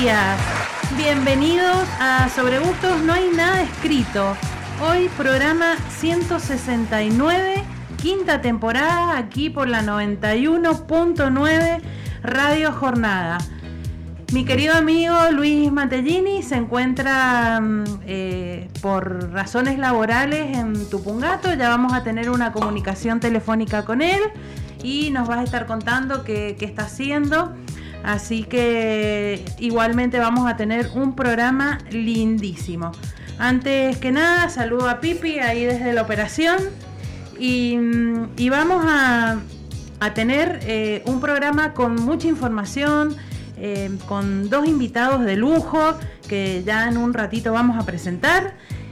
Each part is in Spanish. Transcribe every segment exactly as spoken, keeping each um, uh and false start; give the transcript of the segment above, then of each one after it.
días. Bienvenidos a Sobre Gustos No Hay Nada Escrito. Hoy programa ciento sesenta y nueve, quinta temporada, aquí por la noventa y uno punto nueve Radio Jornada. Mi querido amigo Luis Mantellini se encuentra eh, por razones laborales en Tupungato. Ya vamos a tener una comunicación telefónica con él y nos va a estar contando qué, qué está haciendo. Así que igualmente vamos a tener un programa lindísimo. Antes que nada, saludo a Pipi ahí desde la operación y, y vamos a, a tener eh, un programa con mucha información, eh, con dos invitados de lujo que ya en un ratito vamos a presentar.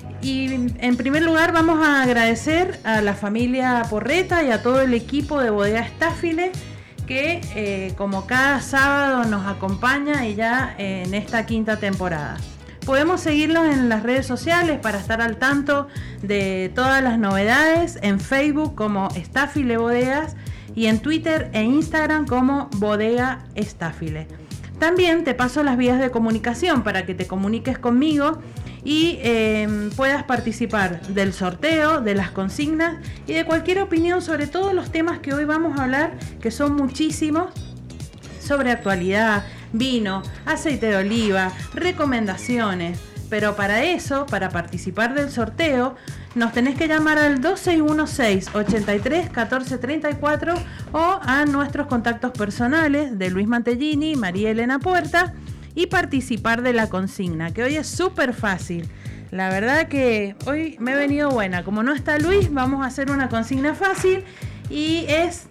Y en primer lugar vamos a agradecer a la familia Porreta y a todo el equipo de Bodega Estáfile que eh, como cada sábado nos acompaña y ya eh, en esta quinta temporada. Podemos seguirlos en las redes sociales para estar al tanto de todas las novedades, en Facebook como Estáfile Bodegas y en Twitter e Instagram como Bodega Estáfile. También te paso las vías de comunicación para que te comuniques conmigo y eh, puedas participar del sorteo, de las consignas y de cualquier opinión sobre todos los temas que hoy vamos a hablar, que son muchísimos, sobre actualidad, vino, aceite de oliva, recomendaciones. Pero para eso, para participar del sorteo, nos tenés que llamar al dos seis uno seis, ochenta y tres, catorce treinta y cuatro o a nuestros contactos personales de Luis Mantellini y María Elena Puerta y participar de la consigna, que hoy es súper fácil. La verdad que hoy me he venido buena. Como no está Luis, vamos a hacer una consigna fácil y es...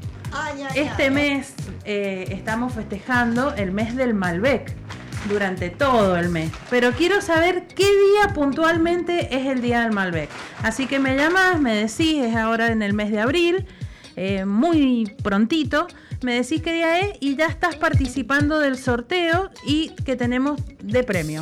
Ay, ay, este ay. mes eh, estamos festejando el mes del Malbec durante todo el mes, pero quiero saber qué día puntualmente es el día del Malbec. Así que me llamas, me decís, es ahora en el mes de abril, eh, muy prontito, me decís qué día es y ya estás participando del sorteo y que tenemos de premio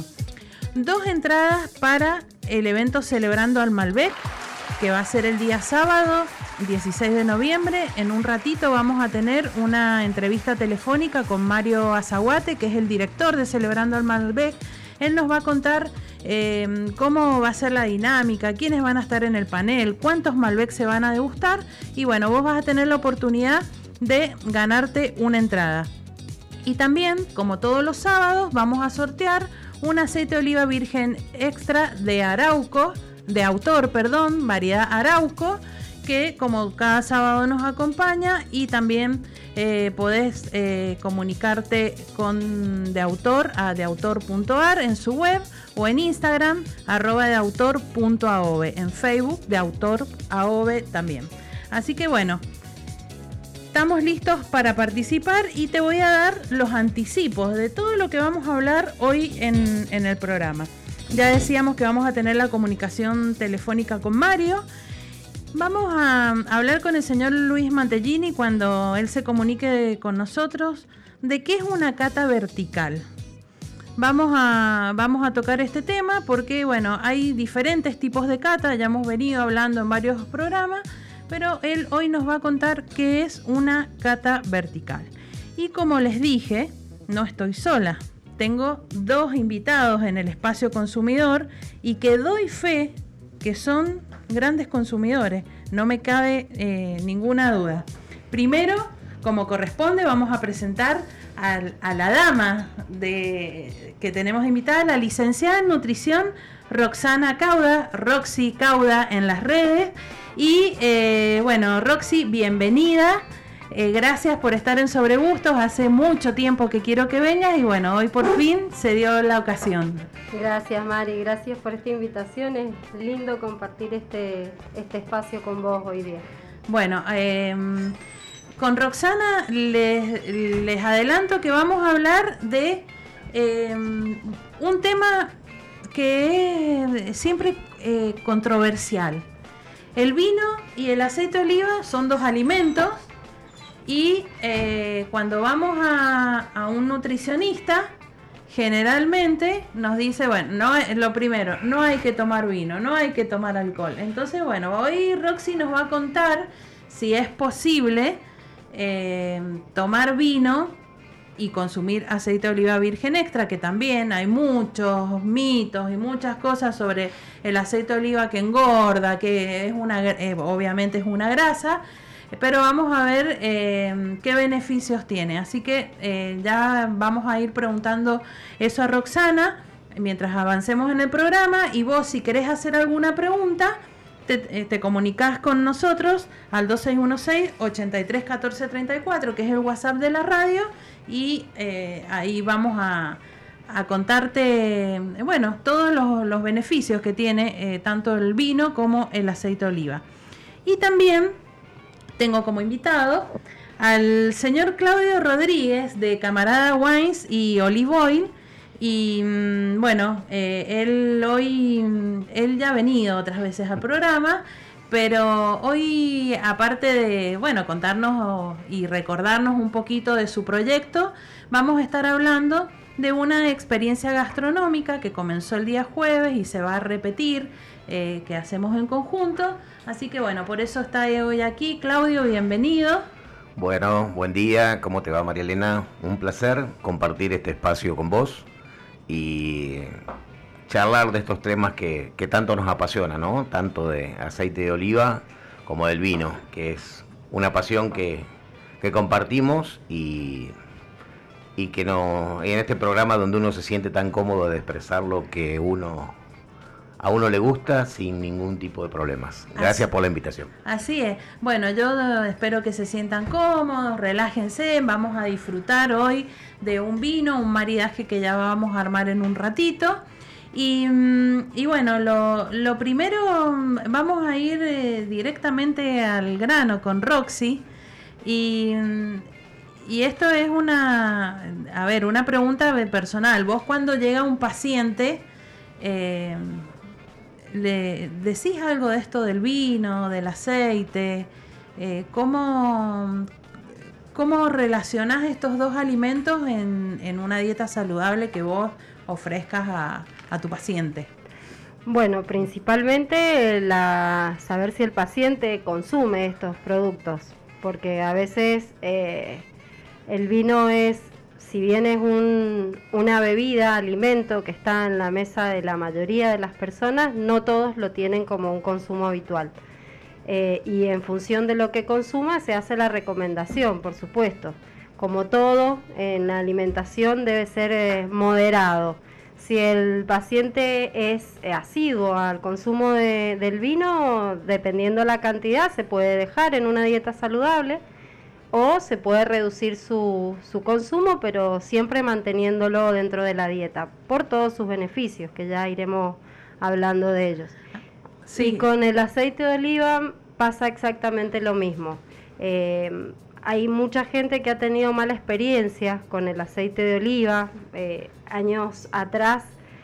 dos entradas para el evento Celebrando al Malbec, que va a ser el día sábado dieciséis de noviembre. En un ratito vamos a tener una entrevista telefónica con Mario Azaguate, que es el director de Celebrando al Malbec. Él nos va a contar eh, cómo va a ser la dinámica, quiénes van a estar en el panel, cuántos Malbec se van a degustar y bueno, vos vas a tener la oportunidad de ganarte una entrada. Y también, como todos los sábados, vamos a sortear un aceite de oliva virgen extra de Arauco, de autor, perdón, variedad Arauco, que como cada sábado nos acompaña y también eh, podés eh, comunicarte con de autor a deautor punto ar en su web o en Instagram arroba deautor punto aove, en Facebook deautor aove también. Así que bueno, estamos listos para participar y te voy a dar los anticipos de todo lo que vamos a hablar hoy en, en el programa. Ya decíamos que vamos a tener la comunicación telefónica con Mario. Vamos a hablar con el señor Luis Mantellini cuando él se comunique con nosotros de qué es una cata vertical. Vamos a, vamos a tocar este tema porque, bueno, hay diferentes tipos de cata, ya hemos venido hablando en varios programas, pero él hoy nos va a contar qué es una cata vertical. Y como les dije, no estoy sola. Tengo dos invitados en el espacio consumidor y que doy fe que son grandes consumidores, no me cabe eh, ninguna duda. Primero, como corresponde, vamos a presentar a, a la dama de, que tenemos invitada, la licenciada en nutrición Roxana Cauda, Roxy Cauda en las redes. Y eh, bueno, Roxy, bienvenida. Eh, gracias por estar en Sobre Gustos. Hace mucho tiempo que quiero que vengas y bueno, hoy por fin se dio la ocasión. Gracias, Mari, gracias por esta invitación. Es lindo compartir este, este espacio con vos hoy día. Bueno, eh, con Roxana les, les adelanto que vamos a hablar de eh, un tema que es siempre eh, controversial. El vino y el aceite de oliva son dos alimentos. Y eh, cuando vamos a, a un nutricionista, generalmente nos dice, bueno, no, lo primero, no hay que tomar vino, no hay que tomar alcohol. Entonces, bueno, hoy Roxy nos va a contar si es posible eh, tomar vino y consumir aceite de oliva virgen extra, que también hay muchos mitos y muchas cosas sobre el aceite de oliva que engorda, que es una, eh, obviamente es una grasa, pero vamos a ver eh, qué beneficios tiene. Así que eh, ya vamos a ir preguntando eso a Roxana mientras avancemos en el programa, y vos, si querés hacer alguna pregunta, te, te comunicás con nosotros al dos seis uno seis, ocho tres uno cuatro tres cuatro, que es el WhatsApp de la radio, y eh, ahí vamos a, a contarte, bueno, todos los, los beneficios que tiene eh, tanto el vino como el aceite de oliva. Y también tengo como invitado al señor Claudio Rodríguez de Camarada Wines y Olive Oil. Y bueno, eh, él hoy, él ya ha venido otras veces al programa, pero hoy, aparte de, bueno, contarnos y recordarnos un poquito de su proyecto, vamos a estar hablando de una experiencia gastronómica que comenzó el día jueves y se va a repetir, eh, que hacemos en conjunto. Así que bueno, por eso está hoy aquí. Claudio, bienvenido. Bueno, buen día, ¿cómo te va, María Elena? Un placer compartir este espacio con vos y charlar de estos temas que, que tanto nos apasiona, ¿no? Tanto de aceite de oliva como del vino, que es una pasión que, que compartimos y, y que no, y en este programa donde uno se siente tan cómodo de expresar lo que uno a uno le gusta sin ningún tipo de problemas. Gracias así, por la invitación. Así es. Bueno, yo espero que se sientan cómodos, relájense, vamos a disfrutar hoy de un vino, un maridaje que ya vamos a armar en un ratito. Y, y bueno, lo, lo primero, vamos a ir eh, directamente al grano con Roxy. Y, y esto es una, a ver, una pregunta personal. Vos, cuando llega un paciente, eh, ¿le decís algo de esto del vino, del aceite? Eh, ¿cómo, ¿Cómo relacionás estos dos alimentos en, en una dieta saludable que vos ofrezcas a, a tu paciente? Bueno, principalmente la, saber si el paciente consume estos productos, porque a veces eh, el vino es, si bien es un, una bebida, alimento que está en la mesa de la mayoría de las personas, no todos lo tienen como un consumo habitual. Eh, y en función de lo que consuma se hace la recomendación, por supuesto. Como todo, en la alimentación debe ser eh, moderado. Si el paciente es eh, asiduo al consumo de, del vino, dependiendo la cantidad, se puede dejar en una dieta saludable, o se puede reducir su, su consumo, pero siempre manteniéndolo dentro de la dieta, por todos sus beneficios, que ya iremos hablando de ellos. Sí. Y con el aceite de oliva pasa exactamente lo mismo. Eh, hay mucha gente que ha tenido mala experiencia con el aceite de oliva. Eh, años atrás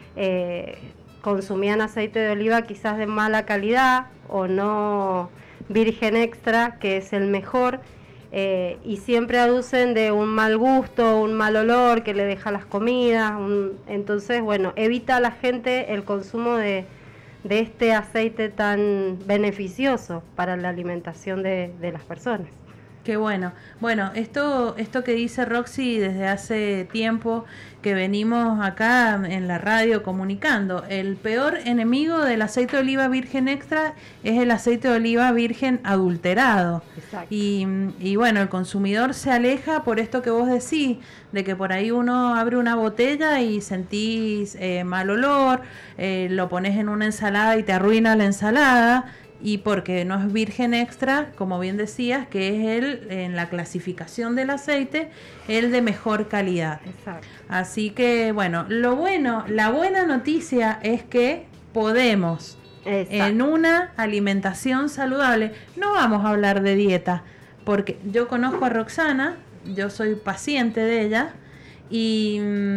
eh, consumían aceite de oliva quizás de mala calidad o no virgen extra, que es el mejor. Eh, y siempre aducen de un mal gusto, un mal olor que le deja las comidas. Un, entonces, bueno, evita a la gente el consumo de, de este aceite tan beneficioso para la alimentación de, de las personas. Qué bueno. Bueno, esto, esto que dice Roxy desde hace tiempo que venimos acá en la radio comunicando, el peor enemigo del aceite de oliva virgen extra es el aceite de oliva virgen adulterado. Exacto. Y, y bueno, el consumidor se aleja por esto que vos decís, de que por ahí uno abre una botella y sentís eh, mal olor, eh, lo pones en una ensalada y te arruina la ensalada. Y porque no es virgen extra, como bien decías, que es el, en la clasificación del aceite, el de mejor calidad. Exacto. Así que, bueno, lo bueno, la buena noticia es que podemos, exacto, en una alimentación saludable, no vamos a hablar de dieta, porque yo conozco a Roxana, yo soy paciente de ella, y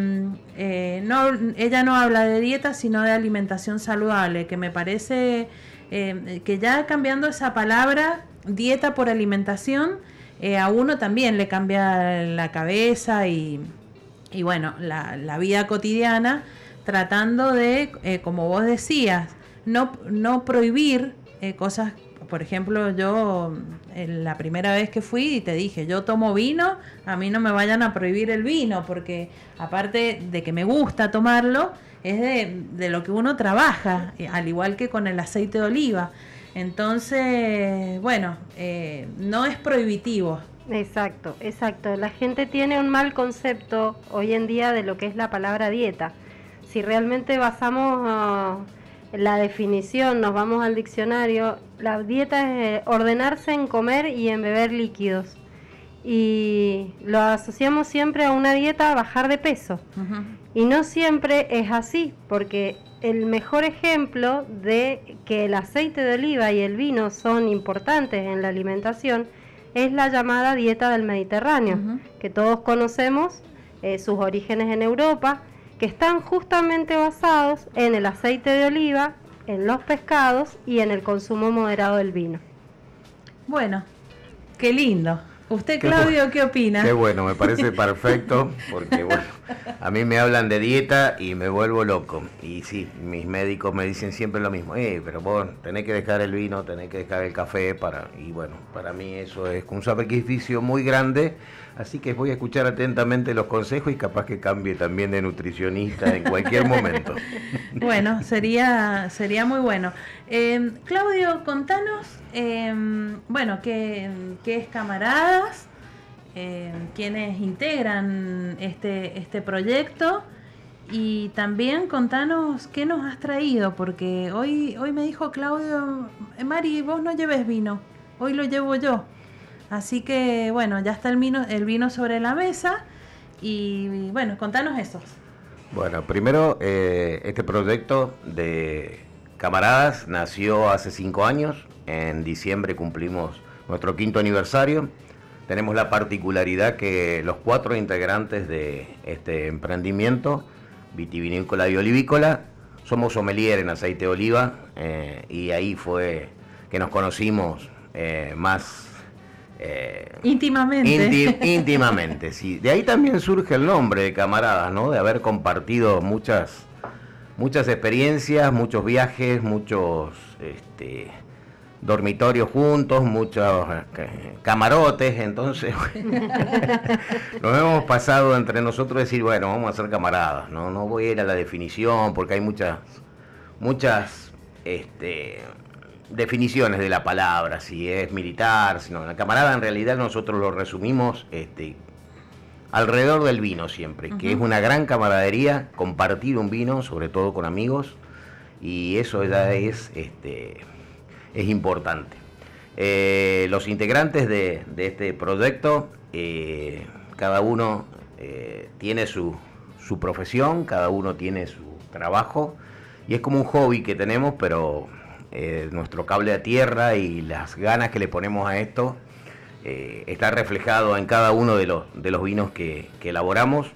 eh, no, ella no habla de dieta, sino de alimentación saludable, que me parece... Eh, que ya cambiando esa palabra, dieta por alimentación, eh, a uno también le cambia la cabeza y, y bueno, la, la vida cotidiana, tratando de, eh, como vos decías, no, no prohibir eh, cosas por ejemplo, yo la primera vez que fui te dije, yo tomo vino, a mí no me vayan a prohibir el vino, porque aparte de que me gusta tomarlo, es de, de lo que uno trabaja, al igual que con el aceite de oliva. Entonces, bueno, eh, no es prohibitivo. Exacto, exacto. La gente tiene un mal concepto hoy en día de lo que es la palabra dieta. Si realmente basamos uh, la definición, nos vamos al diccionario, la dieta es ordenarse en comer y en beber líquidos. Y lo asociamos siempre a una dieta a bajar de peso. Uh-huh. Y no siempre es así, porque el mejor ejemplo de que el aceite de oliva y el vino son importantes en la alimentación es la llamada dieta del Mediterráneo, uh-huh. que todos conocemos, eh, sus orígenes en Europa, que están justamente basados en el aceite de oliva, en los pescados y en el consumo moderado del vino. Bueno, qué lindo. ¿Usted, Claudio, qué, qué opina? Qué bueno, me parece perfecto, porque bueno, a mí me hablan de dieta y me vuelvo loco. Y sí, mis médicos me dicen siempre lo mismo, eh, pero vos tenés que dejar el vino, tenés que dejar el café, para y bueno, para mí eso es un sacrificio muy grande, así que voy a escuchar atentamente los consejos y capaz que cambie también de nutricionista en cualquier momento. Bueno, sería, sería muy bueno. Eh, Claudio, contanos, eh, bueno, ¿qué, qué es Camaradas? Eh, ¿Quiénes integran este, este proyecto? Y también contanos qué nos has traído, porque hoy, hoy me dijo Claudio, Mari, vos no lleves vino, hoy lo llevo yo. Así que, bueno, ya está el vino, el vino sobre la mesa y, bueno, contanos eso. Bueno, primero, eh, este proyecto de Camaradas nació hace cinco años. En diciembre cumplimos nuestro quinto aniversario. Tenemos la particularidad que los cuatro integrantes de este emprendimiento, vitivinícola y olivícola, somos sommelier en aceite de oliva, eh, y ahí fue que nos conocimos eh, más... Eh, íntimamente. Íntim, íntimamente, sí. De ahí también surge el nombre de Camaradas, ¿no? De haber compartido muchas, muchas experiencias, muchos viajes, muchos este, dormitorios juntos, muchos eh, camarotes. Entonces, nos hemos pasado entre nosotros decir, bueno, vamos a ser camaradas, ¿no? No voy a ir a la definición porque hay muchas, muchas, este... definiciones de la palabra, si es militar, si no. La camarada en realidad nosotros lo resumimos este, alrededor del vino siempre, uh-huh. que es una gran camaradería, compartir un vino, sobre todo con amigos, y eso ya es, este, es importante. Eh, los integrantes de, de este proyecto, eh, cada uno eh, tiene su, su profesión, cada uno tiene su trabajo, y es como un hobby que tenemos, pero... Eh, nuestro cable a tierra y las ganas que le ponemos a esto eh, está reflejado en cada uno de los, de los vinos que, que elaboramos.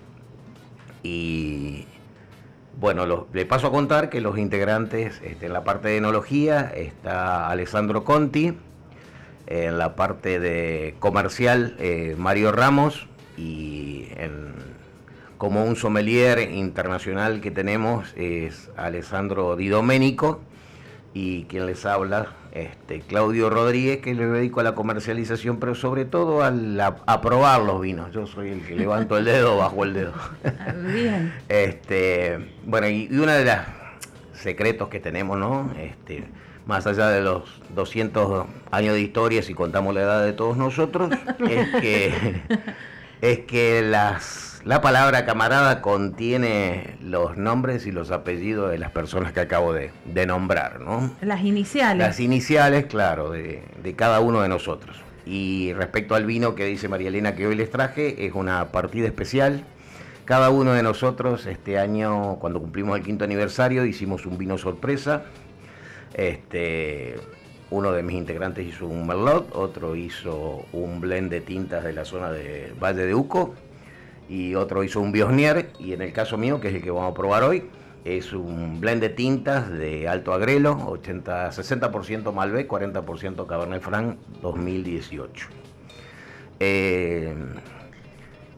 Y bueno, lo, le paso a contar que los integrantes, este, en la parte de enología está Alessandro Conti, en la parte de comercial eh, Mario Ramos, y en, como un sommelier internacional que tenemos es Alessandro Di Domenico. Y quien les habla, este, Claudio Rodríguez, que le dedico a la comercialización, pero sobre todo a, la, a probar los vinos. Yo soy el que levanto el dedo, bajo el dedo. Bien. Este, bueno, y, y uno de los secretos que tenemos, ¿no? Este, más allá de los doscientos años de historia, si contamos la edad de todos nosotros, es que, es que las... La palabra camarada contiene los nombres y los apellidos de las personas que acabo de, de nombrar, ¿no? Las iniciales. Las iniciales, claro, de, de cada uno de nosotros. Y respecto al vino que dice María Elena que hoy les traje, es una partida especial. Cada uno de nosotros este año, cuando cumplimos el quinto aniversario, hicimos un vino sorpresa. Este, uno de mis integrantes hizo un Merlot, otro hizo un blend de tintas de la zona de Valle de Uco, y otro hizo un Biosnier, y en el caso mío, que es el que vamos a probar hoy, es un blend de tintas de Alto Agrelo, ochenta, sesenta por ciento Malbec, cuarenta por ciento Cabernet Franc dos mil dieciocho. Eh,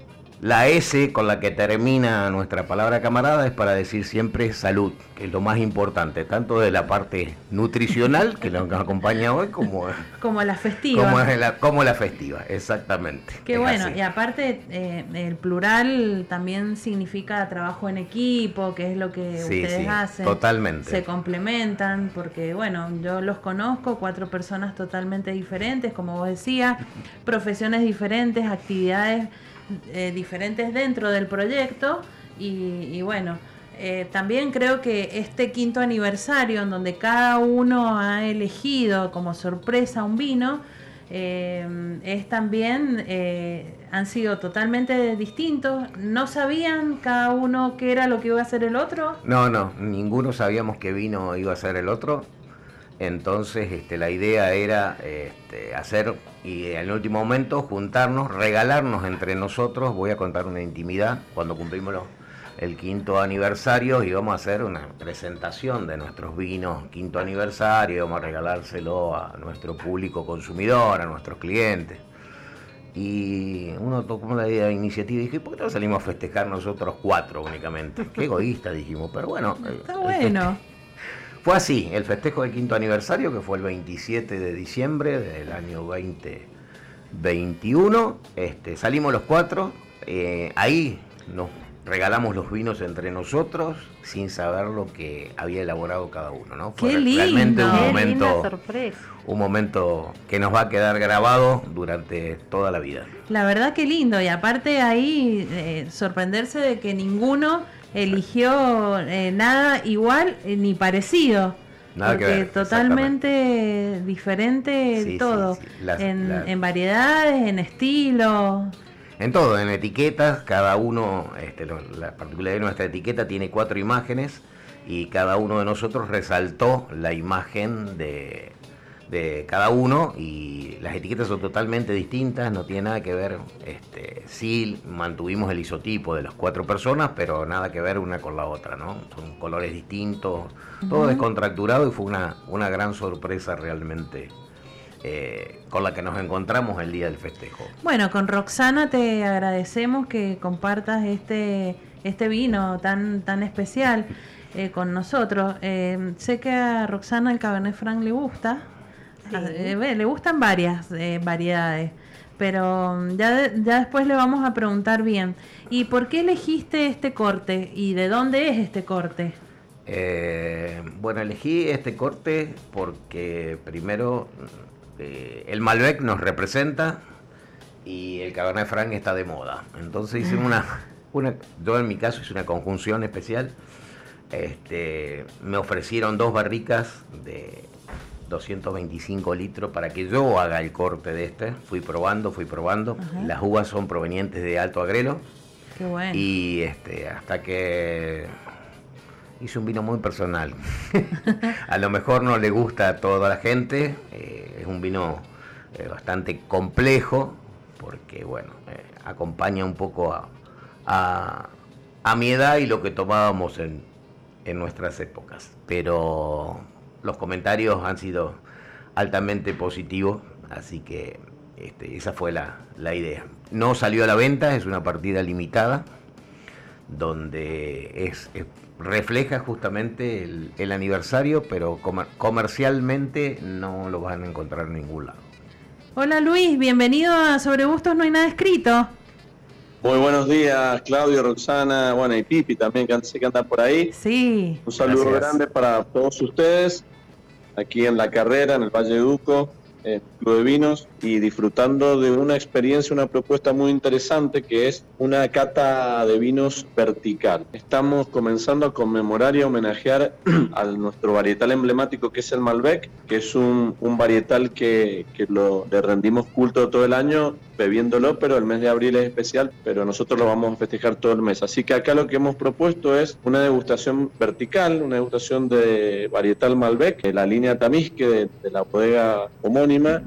La S con la que termina nuestra palabra camarada es para decir siempre salud, que es lo más importante, tanto de la parte nutricional, que nos acompaña hoy, como, como la festiva. Como la, como la festiva, exactamente. Qué bueno, así. Y aparte eh, el plural también significa trabajo en equipo, que es lo que sí, ustedes sí, hacen. Totalmente. Se complementan, porque bueno, yo los conozco, cuatro personas totalmente diferentes, como vos decías, profesiones diferentes, actividades Eh, diferentes dentro del proyecto y, y bueno, eh, también creo que este quinto aniversario en donde cada uno ha elegido como sorpresa un vino, eh, es también, eh, han sido totalmente distintos. ¿No sabían cada uno qué era lo que iba a hacer el otro? No, no, ninguno sabíamos qué vino iba a ser el otro. Entonces este, la idea era este, hacer, y en el último momento, juntarnos, regalarnos entre nosotros. Voy a contar una intimidad. Cuando cumplimos los, el quinto aniversario, íbamos a hacer una presentación de nuestros vinos quinto aniversario, íbamos a regalárselo a nuestro público consumidor, a nuestros clientes. Y uno tomó la idea de iniciativa y dije, ¿por qué no salimos a festejar nosotros cuatro únicamente? Qué egoísta, dijimos, pero bueno. Está bueno. Fue así, el festejo del quinto aniversario, que fue el veintisiete de diciembre del año veinte veintiuno, este, salimos los cuatro, eh, ahí nos regalamos los vinos entre nosotros, sin saber lo que había elaborado cada uno, ¿no? Fue ¡Qué lindo! Realmente un Qué momento, linda sorpresa. un momento que nos va a quedar grabado durante toda la vida. La verdad que lindo, y aparte ahí eh, sorprenderse de que ninguno eligió eh, nada igual eh, ni parecido. Nada porque que ver, totalmente diferente sí, todo, sí, sí. Las, en, las... en variedades, en estilo. En todo, en etiquetas, cada uno, este, lo, la particularidad de nuestra etiqueta tiene cuatro imágenes y cada uno de nosotros resaltó la imagen de, de cada uno, y las etiquetas son totalmente distintas, no tiene nada que ver, este, sí mantuvimos el isotipo de las cuatro personas, pero nada que ver una con la otra, ¿no? Son colores distintos, uh-huh. Todo descontracturado, y fue una, una gran sorpresa realmente. Eh, con la que nos encontramos el día del festejo. Bueno, con Roxana te agradecemos que compartas este este vino tan tan especial eh, con nosotros. Eh, sé que a Roxana el Cabernet Franc le gusta, sí. eh, le gustan varias eh, variedades, pero ya, de, ya después le vamos a preguntar bien. ¿Y por qué elegiste este corte y de dónde es este corte? Eh, bueno, elegí este corte porque primero Eh, el Malbec nos representa y el Cabernet Franc está de moda. Entonces hice una, una, yo en mi caso hice una conjunción especial. Este, me ofrecieron dos barricas de doscientos veinticinco litros para que yo haga el corte de este. Fui probando, fui probando. Uh-huh. Las uvas son provenientes de Alto Agrelo. Qué bueno. Y este, hasta que hice un vino muy personal. A lo mejor no le gusta a toda la gente. Eh, es un vino eh, bastante complejo, porque bueno, eh, acompaña un poco a, a, a mi edad y lo que tomábamos en, en nuestras épocas. Pero los comentarios han sido altamente positivos, así que este, esa fue la, la idea. No salió a la venta, es una partida limitada, donde es, es refleja justamente el, el aniversario, pero comer, comercialmente no lo van a encontrar en ningún lado. Hola Luis, bienvenido a Sobre Gustos No Hay Nada Escrito. Muy buenos días, Claudio, Roxana, bueno, y Pipi también, que sé que anda por ahí. Sí. Un saludo Gracias. grande para todos ustedes, aquí en La Carrera, en el Valle de Duco, en el Club de Vinos, y disfrutando de una experiencia, una propuesta muy interesante, que es una cata de vinos vertical. Estamos comenzando a conmemorar y a homenajear a nuestro varietal emblemático, que es el Malbec, que es un, un varietal que, que lo, le rendimos culto todo el año bebiéndolo, pero el mes de abril es especial, pero nosotros lo vamos a festejar todo el mes. Así que acá lo que hemos propuesto es una degustación vertical, una degustación de varietal Malbec, de la línea Tamisque, de, de la bodega homónima,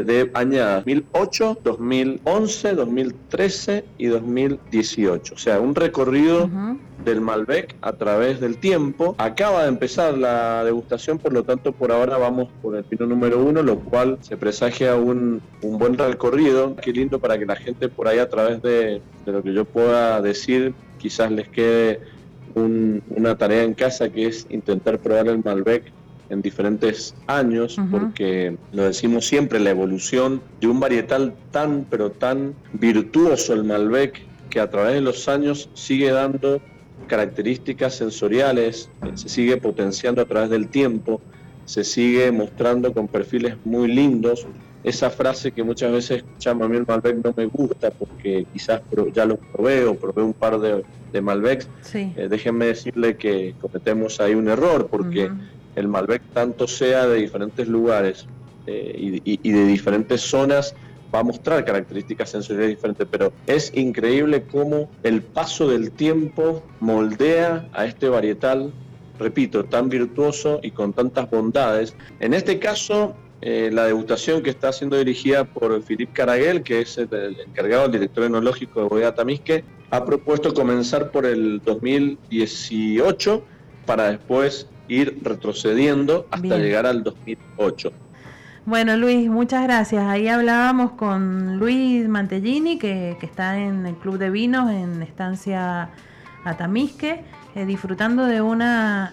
de añadas dos mil ocho, dos mil once, dos mil trece y dos mil dieciocho. O sea, un recorrido uh-huh. del Malbec a través del tiempo. Acaba de empezar la degustación, por lo tanto por ahora vamos por el vino número uno, lo cual se presagia un, un buen recorrido. Qué lindo para que la gente por ahí, a través de, de lo que yo pueda decir, quizás les quede un, una tarea en casa, que es intentar probar el Malbec en diferentes años, uh-huh. porque lo decimos siempre, la evolución de un varietal tan pero tan virtuoso, el Malbec, que a través de los años sigue dando características sensoriales, se sigue potenciando a través del tiempo, se sigue mostrando con perfiles muy lindos. Esa frase que muchas veces escuchamos: a mí el Malbec no me gusta porque quizás ya lo probé o probé un par de, de Malbecs, sí. eh, déjenme decirle que cometemos ahí un error, porque uh-huh. el Malbec, tanto sea de diferentes lugares eh, y, y, y de diferentes zonas, va a mostrar características sensoriales diferentes, pero es increíble cómo el paso del tiempo moldea a este varietal, repito, tan virtuoso y con tantas bondades. En este caso, eh, la degustación, que está siendo dirigida por Philippe Caraguel, que es el, el encargado, el director enológico de Bodega Tamisque, ha propuesto comenzar por el dos mil dieciocho para después ir retrocediendo hasta Bien. llegar al dos mil ocho. Bueno, Luis, muchas gracias. Ahí hablábamos con Luis Mantellini, que, que está en el Club de Vinos en Estancia Atamisque, eh, disfrutando de una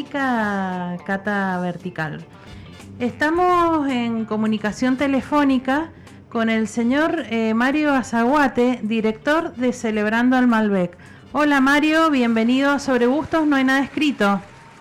rica cata vertical. Estamos en comunicación telefónica con el señor eh, Mario Azaguate, director de Celebrando al Malbec. Hola Mario, bienvenido a Sobre Gustos No Hay Nada Escrito.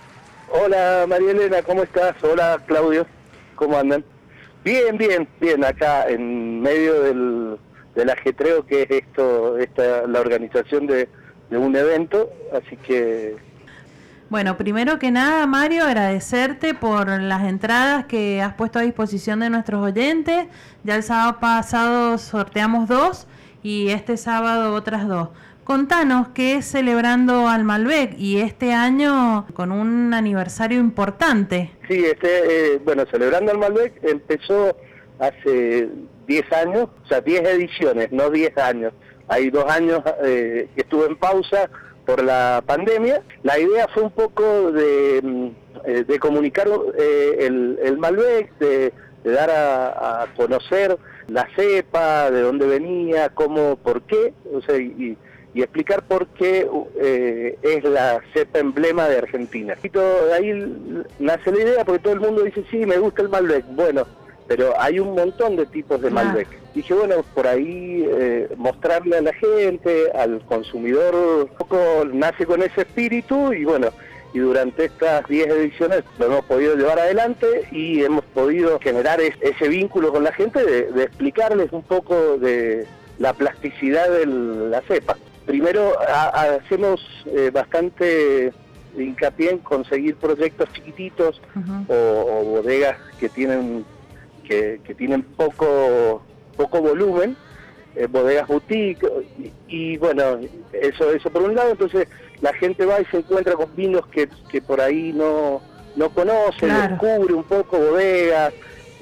Hola María Elena, ¿cómo estás? Hola Claudio, ¿cómo andan? Bien, bien, bien, acá en medio del, del ajetreo que es esto, esta, la organización de, de un evento, así que... Bueno, primero que nada, Mario, agradecerte por las entradas que has puesto a disposición de nuestros oyentes. Ya el sábado pasado sorteamos dos y este sábado otras dos. Contanos qué es Celebrando al Malbec, y este año con un aniversario importante. Sí, este, eh, bueno, Celebrando al Malbec empezó hace diez años, o sea, diez ediciones, no diez años. Hay dos años eh, que estuve en pausa por la pandemia. La idea fue un poco de, eh, de comunicar eh, el, el Malbec, de, de dar a, a conocer la cepa, de dónde venía, cómo, por qué, o sea, y, y explicar por qué eh, es la cepa emblema de Argentina. Y todo, de ahí nace la idea, porque todo el mundo dice, sí, me gusta el Malbec. Bueno, pero hay un montón de tipos de Malbec. Ah. Dije, bueno, por ahí eh, mostrarle a la gente, al consumidor, un poco nace con ese espíritu, y bueno, y durante estas diez ediciones lo hemos podido llevar adelante y hemos podido generar es, ese vínculo con la gente, de, de explicarles un poco de la plasticidad de la cepa. Primero a, a, hacemos eh, bastante hincapié en conseguir proyectos chiquititos uh-huh. o, o bodegas que tienen que, que tienen poco poco volumen, eh, bodegas boutique, y, y bueno, eso eso por un lado. Entonces la gente va y se encuentra con vinos que, que por ahí no, no conoce, claro. Descubre un poco bodegas,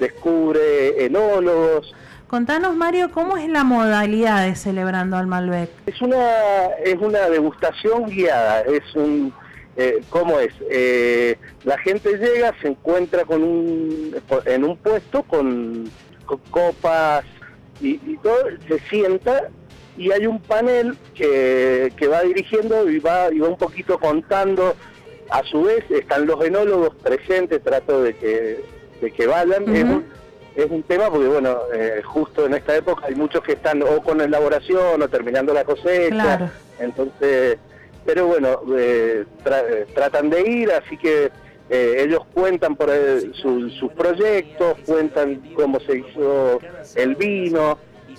descubre enólogos. Contanos, Mario, ¿cómo es la modalidad de Celebrando al Malbec? Es una es una degustación guiada, es un eh, ¿cómo es? Eh, la gente llega, se encuentra con un en un puesto con, con copas y, y todo, se sienta y hay un panel que, que va dirigiendo y va y va un poquito contando. A su vez están los enólogos presentes, trato de que de que vayan. Uh-huh. Es un, Es un tema porque, bueno, eh, justo en esta época hay muchos que están o con elaboración o terminando la cosecha, claro. Entonces, pero bueno, eh, tra- tratan de ir, así que eh, ellos cuentan por el, su, sus proyectos, cuentan cómo se hizo el vino,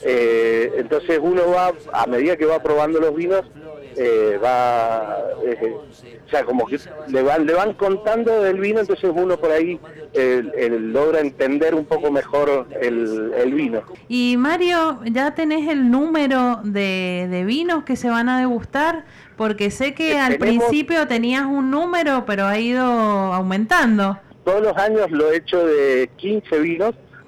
eh, entonces uno va, a medida que va probando los vinos, eh, va, eh, o sea, como que le van, le van contando del vino, entonces uno por ahí eh, eh, logra entender un poco mejor el, el vino. Y Mario, ¿ya tenés el número de, de vinos que se van a degustar? Porque sé que al Tenemos, principio tenías un número, pero ha ido aumentando. Todos los años lo he hecho de quince vinos,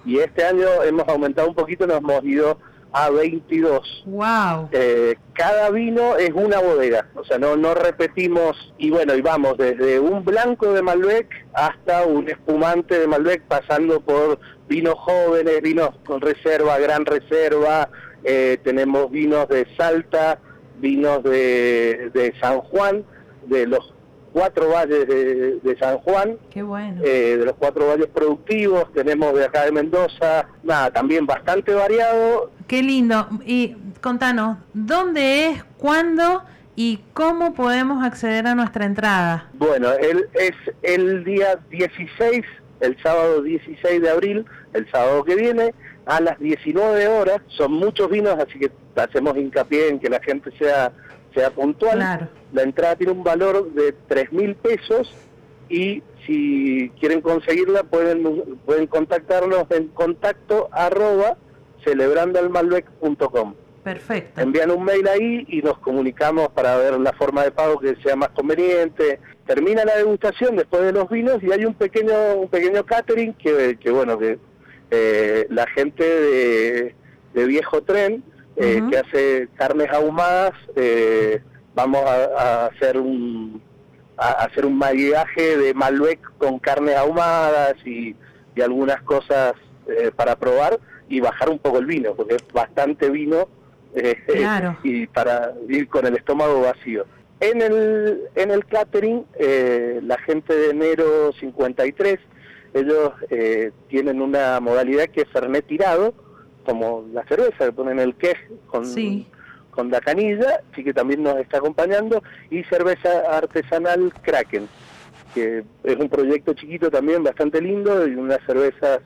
y este año hemos aumentado un poquito, nos hemos ido a veintidós. Wow. Eh, cada vino es una bodega, o sea, no no repetimos, y bueno, y vamos desde un blanco de Malbec hasta un espumante de Malbec, pasando por vinos jóvenes, vinos con reserva, gran reserva, eh, tenemos vinos de Salta, vinos de, de San Juan, de los cuatro valles de, de San Juan. Qué bueno. Eh, de los cuatro valles productivos, tenemos de acá de Mendoza, nada, también bastante variado. Qué lindo. Y contanos, ¿dónde es, cuándo y cómo podemos acceder a nuestra entrada? Bueno, el, es el día dieciséis, el sábado dieciséis de abril, el sábado que viene, a las diecinueve horas. Son muchos vinos, así que hacemos hincapié en que la gente sea, sea puntual. Claro. La entrada tiene un valor de tres mil pesos y si quieren conseguirla pueden pueden contactarnos en contacto arroba celebrando al malbec punto com. Perfecto. Envían un mail ahí y nos comunicamos para ver la forma de pago que sea más conveniente. Termina la degustación después de los vinos y hay un pequeño un pequeño catering que, que bueno, que eh, la gente de, de Viejo Tren, eh, uh-huh. que hace carnes ahumadas, eh, vamos a, a hacer un a hacer un maridaje de Malbec con carnes ahumadas y, y algunas cosas eh, para probar y bajar un poco el vino, porque es bastante vino. Eh, claro. Y para ir con el estómago vacío. En el en el catering, eh, la gente de Enero cincuenta y tres, ellos eh, tienen una modalidad que es fernet tirado, como la cerveza, que ponen el quej con, sí. con la canilla, así que también nos está acompañando, y cerveza artesanal Kraken, que es un proyecto chiquito también, bastante lindo, y unas cervezas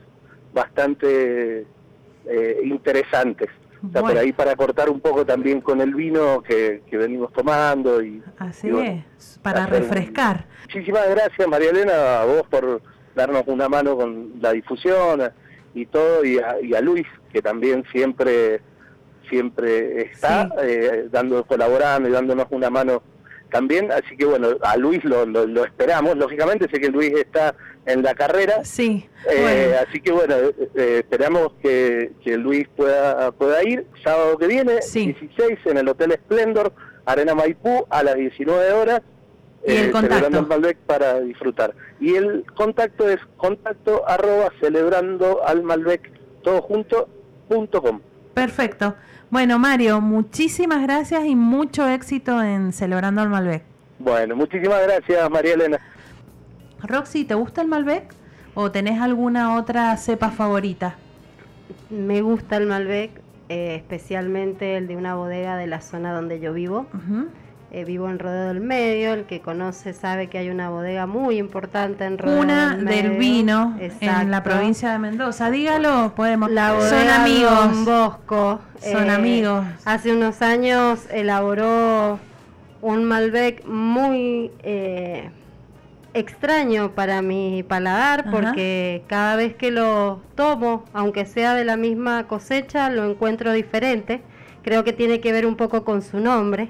bastante eh, interesantes. O sea, bueno. por ahí para cortar un poco también con el vino que, que venimos tomando. Y, así y bueno, es, para refrescar. Un... Muchísimas gracias, María Elena, a vos por darnos una mano con la difusión y todo, y a, y a Luis, que también siempre siempre está sí. eh, dando colaborando y dándonos una mano también. Así que bueno, a Luis lo, lo, lo esperamos. Lógicamente sé que Luis está en la carrera. Sí. Eh, bueno. Así que bueno, eh, esperamos que, que Luis pueda pueda ir sábado que viene, sí. dieciséis, en el Hotel Splendor, Arena Maipú, a las diecinueve horas. ¿Y el eh, contacto? Celebrando al Malbec para disfrutar. Y el contacto es contacto arroba celebrando al Malbec todo junto punto com. Perfecto. Bueno, Mario, muchísimas gracias y mucho éxito en Celebrando al Malbec. Bueno, muchísimas gracias, María Elena. Roxy, ¿te gusta el Malbec o tenés alguna otra cepa favorita? Me gusta el Malbec, eh, especialmente el de una bodega de la zona donde yo vivo. Uh-huh. Eh, vivo en Rodeo del Medio, el que conoce sabe que hay una bodega muy importante en Rodeo una del Medio. Del vino. Exacto. En la provincia de Mendoza. Dígalo, podemos. La bodega Son amigos. Don Bosco. Son eh, amigos. Hace unos años elaboró un Malbec muy eh, extraño para mi paladar. Ajá. Porque cada vez que lo tomo, aunque sea de la misma cosecha, lo encuentro diferente. Creo que tiene que ver un poco con su nombre.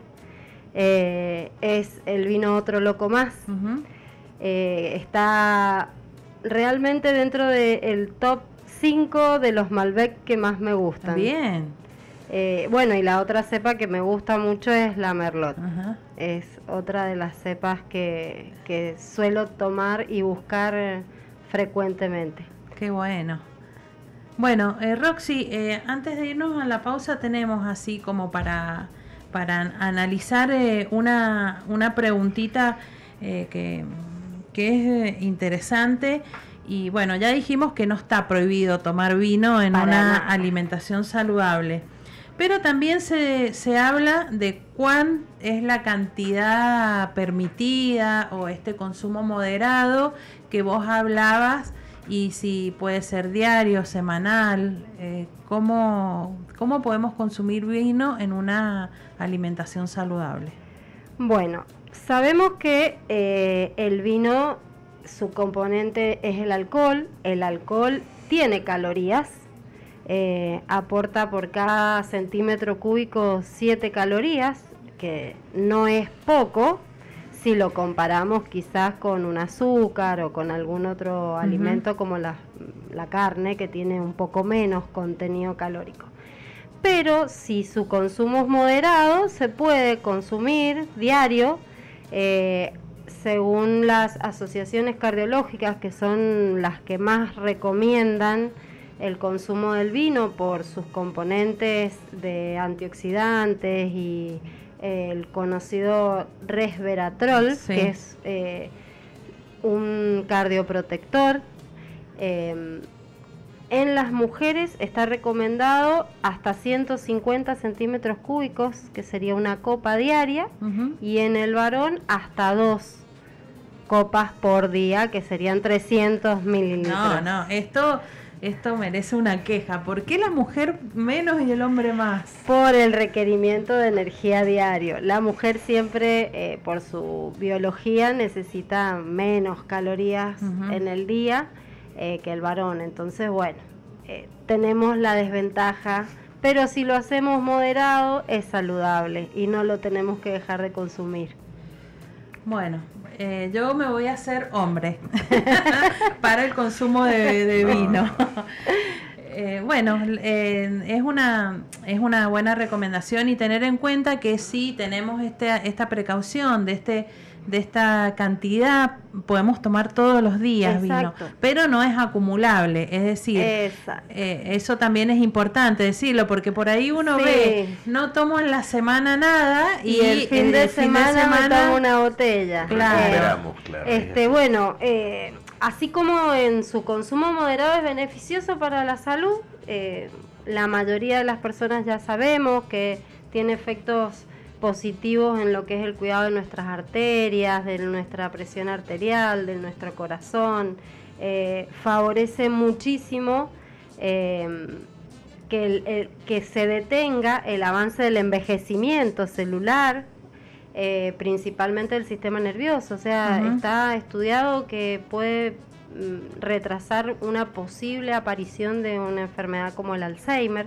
Eh, es el vino Otro Loco Más. Uh-huh. eh, está realmente dentro del top cinco de los Malbec que más me gustan. Bien. Eh, bueno, y la otra cepa que me gusta mucho es la Merlot. Uh-huh. Es otra de las cepas que, que suelo tomar y buscar frecuentemente. Qué bueno. Bueno, eh, Roxy, eh, antes de irnos a la pausa tenemos así como para... para analizar eh, una, una preguntita eh, que, que es interesante. Y bueno, ya dijimos que no está prohibido tomar vino en Para una nada. alimentación saludable, pero también se, se habla de cuán es la cantidad permitida o este consumo moderado que vos hablabas, y si puede ser diario, semanal, eh, ¿cómo, ¿cómo podemos consumir vino en una alimentación saludable? Bueno, sabemos que eh, el vino, su componente es el alcohol. El alcohol tiene calorías, eh, aporta por cada centímetro cúbico siete calorías, que no es poco si lo comparamos quizás con un azúcar o con algún otro uh-huh. alimento como las la carne, que tiene un poco menos contenido calórico. Pero si su consumo es moderado, se puede consumir diario, eh, según las asociaciones cardiológicas, que son las que más recomiendan el consumo del vino por sus componentes de antioxidantes y eh, el conocido resveratrol, sí. que es eh, un cardioprotector. Eh, en las mujeres está recomendado hasta ciento cincuenta centímetros cúbicos, que sería una copa diaria, uh-huh. y en el varón hasta dos copas por día, que serían trescientos mililitros. No, no, esto, esto merece una queja. ¿Por qué la mujer menos y el hombre más? Por el requerimiento de energía diario. La mujer siempre, eh, por su biología, necesita menos calorías uh-huh. en el día eh, que el varón. Entonces, bueno, eh, tenemos la desventaja, pero si lo hacemos moderado es saludable y no lo tenemos que dejar de consumir. Bueno, eh, yo me voy a hacer hombre para el consumo de, de vino. eh, bueno, eh, es una es una buena recomendación, y tener en cuenta que sí tenemos este, esta precaución de este de esta cantidad, podemos tomar todos los días. Exacto. Vino, pero no es acumulable, es decir, eh, eso también es importante decirlo, porque por ahí uno sí. ve, no tomo en la semana nada y, y el fin, de, el semana fin de semana me tomo una botella. Claro. Esperamos, claro. Este, bueno, eh, así como en su consumo moderado es beneficioso para la salud, eh, la mayoría de las personas ya sabemos que tiene efectos positivos en lo que es el cuidado de nuestras arterias, de nuestra presión arterial, de nuestro corazón. Eh, favorece muchísimo eh, que, el, el, que se detenga el avance del envejecimiento celular, eh, principalmente del sistema nervioso. O sea, uh-huh. está estudiado que puede mm, retrasar una posible aparición de una enfermedad como el Alzheimer.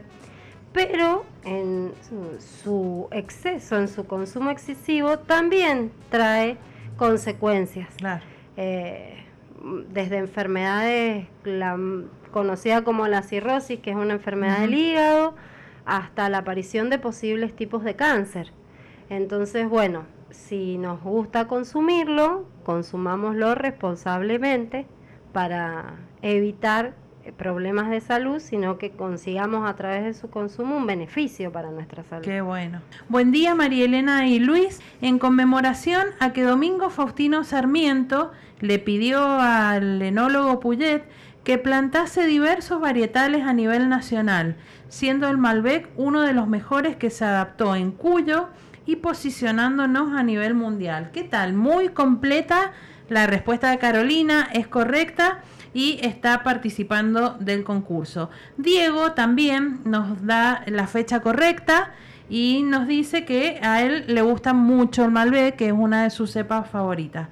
Pero en su, su exceso, en su consumo excesivo, también trae consecuencias. Claro. Eh, desde enfermedades la, conocida como la cirrosis, que es una enfermedad uh-huh. del hígado, hasta la aparición de posibles tipos de cáncer. Entonces, bueno, si nos gusta consumirlo, consumámoslo responsablemente para evitar problemas de salud, sino que consigamos a través de su consumo un beneficio para nuestra salud. Qué bueno. Buen día, María Elena y Luis. En conmemoración a que Domingo Faustino Sarmiento le pidió al enólogo Puget que plantase diversos varietales a nivel nacional, siendo el Malbec uno de los mejores que se adaptó en Cuyo y posicionándonos a nivel mundial. ¿Qué tal? Muy completa la respuesta de Carolina, es correcta y está participando del concurso. Diego también nos da la fecha correcta y nos dice que a él le gusta mucho el Malbec, que es una de sus cepas favoritas.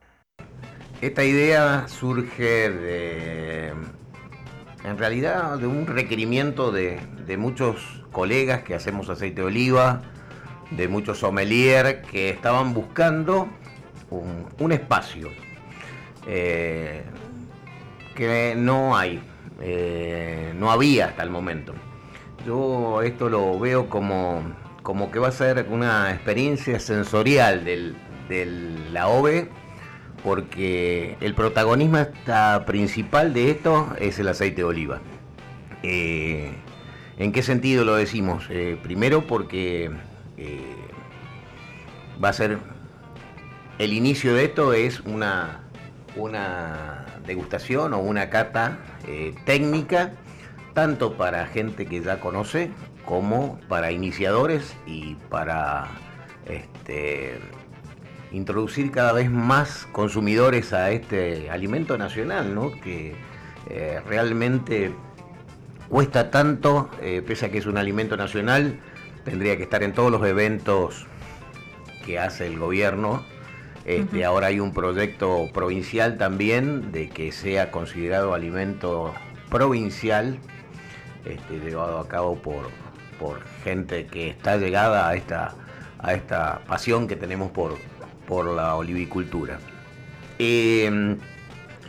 Esta idea surge de, en realidad, de un requerimiento de, de muchos colegas que hacemos aceite de oliva, de muchos sommeliers que estaban buscando un, un espacio eh, que no hay, eh, no había hasta el momento. Yo esto lo veo como, como que va a ser una experiencia sensorial del, de la O V E, porque el protagonista principal de esto es el aceite de oliva. Eh, ¿En qué sentido lo decimos? Eh, primero porque eh, va a ser, el inicio de esto es una, una degustación o una cata eh, técnica, tanto para gente que ya conoce como para iniciadores y para este, introducir cada vez más consumidores a este alimento nacional, ¿no? Que eh, realmente cuesta tanto, eh, pese a que es un alimento nacional, tendría que estar en todos los eventos que hace el gobierno. Este, uh-huh. Ahora hay un proyecto provincial también de que sea considerado alimento provincial, este, llevado a cabo por, por gente que está llegada a esta, a esta pasión que tenemos por, por la olivicultura. Eh,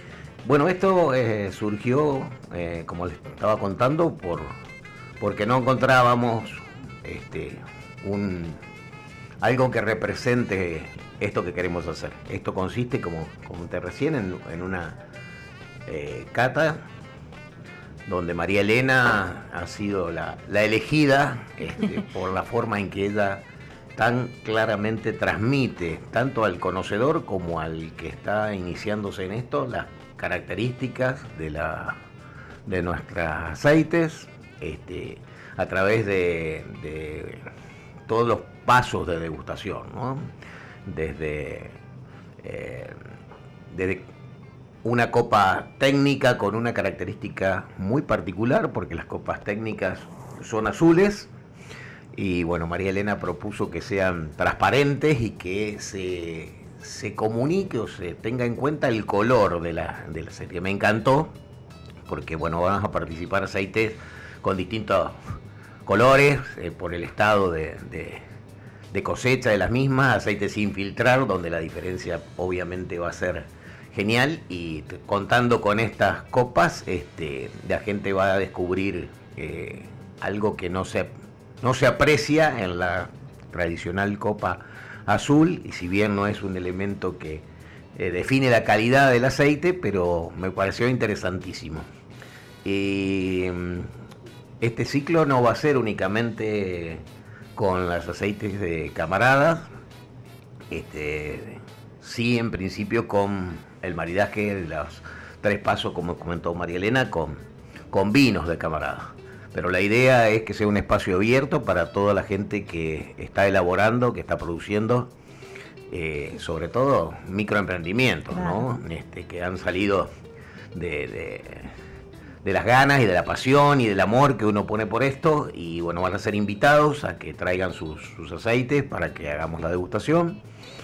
Bueno, esto eh, surgió, eh, como les estaba contando, por porque no encontrábamos este, un algo que represente esto que queremos hacer. Esto consiste, como comenté recién, en, en una eh, cata donde María Elena ha sido la, la elegida este, por la forma en que ella tan claramente transmite, tanto al conocedor como al que está iniciándose en esto, las características de, la, de nuestros aceites, este, a través de, de todos los pasos de degustación, ¿no? Desde, eh, desde una copa técnica con una característica muy particular, porque las copas técnicas son azules, y bueno, María Elena propuso que sean transparentes y que se, se comunique o se tenga en cuenta el color de la, del aceite. Me encantó, porque bueno, vamos a participar aceites con distintos colores, eh, por el estado de, de, de cosecha de las mismas, aceites sin filtrar, donde la diferencia obviamente va a ser genial, y t- contando con estas copas, este, la gente va a descubrir eh, algo que no se, no se aprecia en la tradicional copa azul, y si bien no es un elemento que eh, define la calidad del aceite, pero me pareció interesantísimo. Y este ciclo no va a ser únicamente con los aceites de Camaradas, este, sí, en principio con el maridaje de los tres pasos, como comentó María Elena, con, con vinos de Camaradas. Pero la idea es que sea un espacio abierto para toda la gente que está elaborando, que está produciendo, eh, sobre todo microemprendimientos, claro, ¿no? Este, que han salido de, de, de las ganas y de la pasión y del amor que uno pone por esto, y bueno, van a ser invitados a que traigan sus, sus aceites para que hagamos la degustación,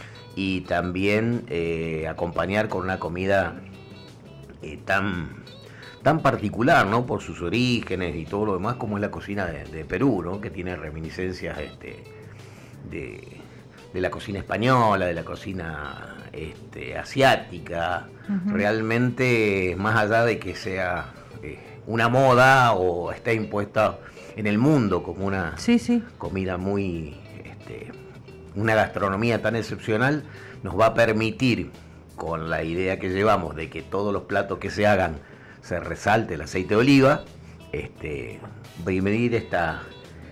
y también eh, acompañar con una comida eh, tan, tan particular, ¿no? Por sus orígenes y todo lo demás, como es la cocina de, de Perú, ¿no? Que tiene reminiscencias este, de, de la cocina española, de la cocina este, asiática. Uh-huh. Realmente, más allá de que sea eh, una moda o esté impuesta en el mundo como una sí, sí. comida muy... Este, una gastronomía tan excepcional, nos va a permitir, con la idea que llevamos de que todos los platos que se hagan se resalte el aceite de oliva, este, vivir esta,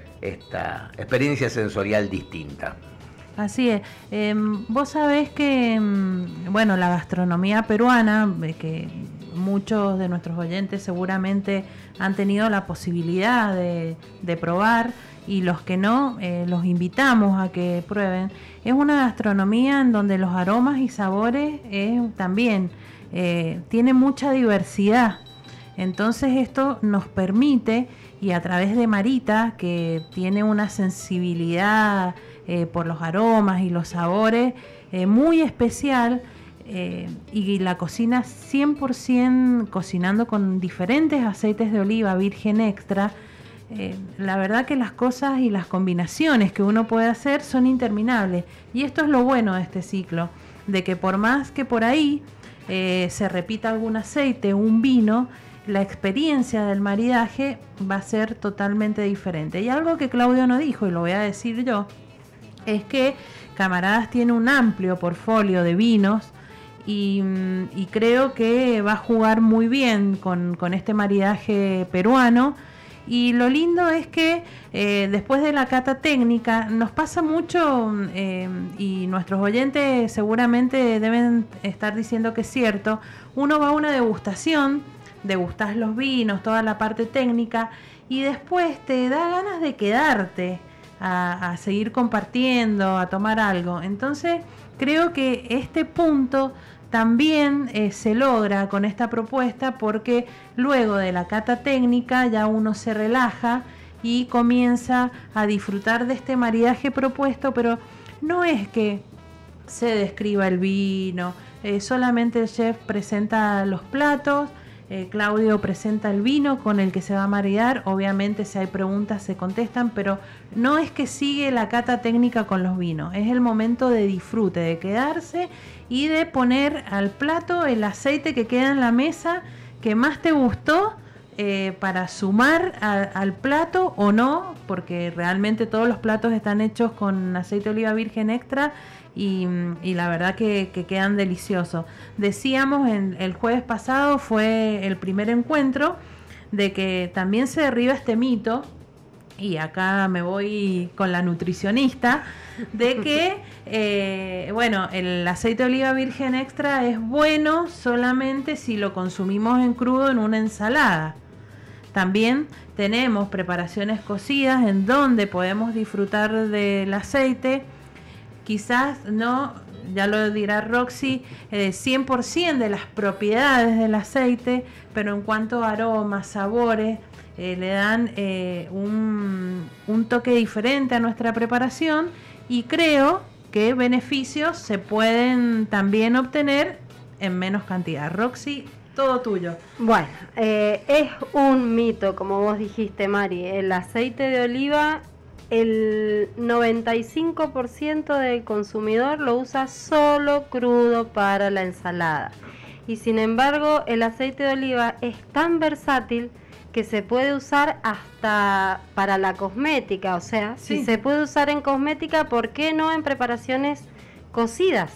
esta experiencia sensorial distinta. Así es. Eh, vos sabés que, bueno, la gastronomía peruana, que muchos de nuestros oyentes seguramente han tenido la posibilidad de, de probar, y los que no, eh, los invitamos a que prueben. Es una gastronomía en donde los aromas y sabores eh, también eh, tiene mucha diversidad. Entonces esto nos permite, y a través de Marita, que tiene una sensibilidad eh, por los aromas y los sabores eh, muy especial, eh, y la cocina cien por ciento cocinando con diferentes aceites de oliva virgen extra. Eh, la verdad que las cosas y las combinaciones que uno puede hacer son interminables, y esto es lo bueno de este ciclo, de que por más que por ahí eh, se repita algún aceite, un vino, la experiencia del maridaje va a ser totalmente diferente. Y algo que Claudio no dijo, y lo voy a decir yo, es que Camaradas tiene un amplio portfolio de vinos, y, y creo que va a jugar muy bien con, con este maridaje peruano. Y lo lindo es que eh, después de la cata técnica nos pasa mucho, eh, y nuestros oyentes seguramente deben estar diciendo que es cierto, uno va a una degustación, degustás los vinos, toda la parte técnica, y después te da ganas de quedarte a, a seguir compartiendo, a tomar algo. Entonces creo que este punto también eh, se logra con esta propuesta, porque luego de la cata técnica ya uno se relaja y comienza a disfrutar de este maridaje propuesto, pero no es que se describa el vino, eh, solamente el chef presenta los platos eh, Claudio presenta el vino con el que se va a maridar. Obviamente si hay preguntas se contestan, pero no es que sigue la cata técnica con los vinos, es el momento de disfrute, de quedarse y de poner al plato el aceite que queda en la mesa que más te gustó, eh, para sumar a, al plato o no, porque realmente todos los platos están hechos con aceite de oliva virgen extra y, y la verdad que, que quedan deliciosos. Decíamos en, el jueves pasado fue el primer encuentro de que también se derriba este mito, y acá me voy con la nutricionista, de que eh, bueno, el aceite de oliva virgen extra es bueno solamente si lo consumimos en crudo en una ensalada. También tenemos preparaciones cocidas en donde podemos disfrutar del aceite, quizás no, ya lo dirá Roxy, eh, cien por ciento de las propiedades del aceite, pero en cuanto a aromas, sabores, eh, le dan eh, un, un toque diferente a nuestra preparación, y creo que beneficios se pueden también obtener en menos cantidad. Roxy, todo tuyo. Bueno, eh, es un mito, como vos dijiste, Mari. El aceite de oliva, el noventa y cinco por ciento del consumidor lo usa solo crudo para la ensalada. Y sin embargo, el aceite de oliva es tan versátil que se puede usar hasta para la cosmética. O sea, sí, si se puede usar en cosmética, ¿por qué no en preparaciones cocidas?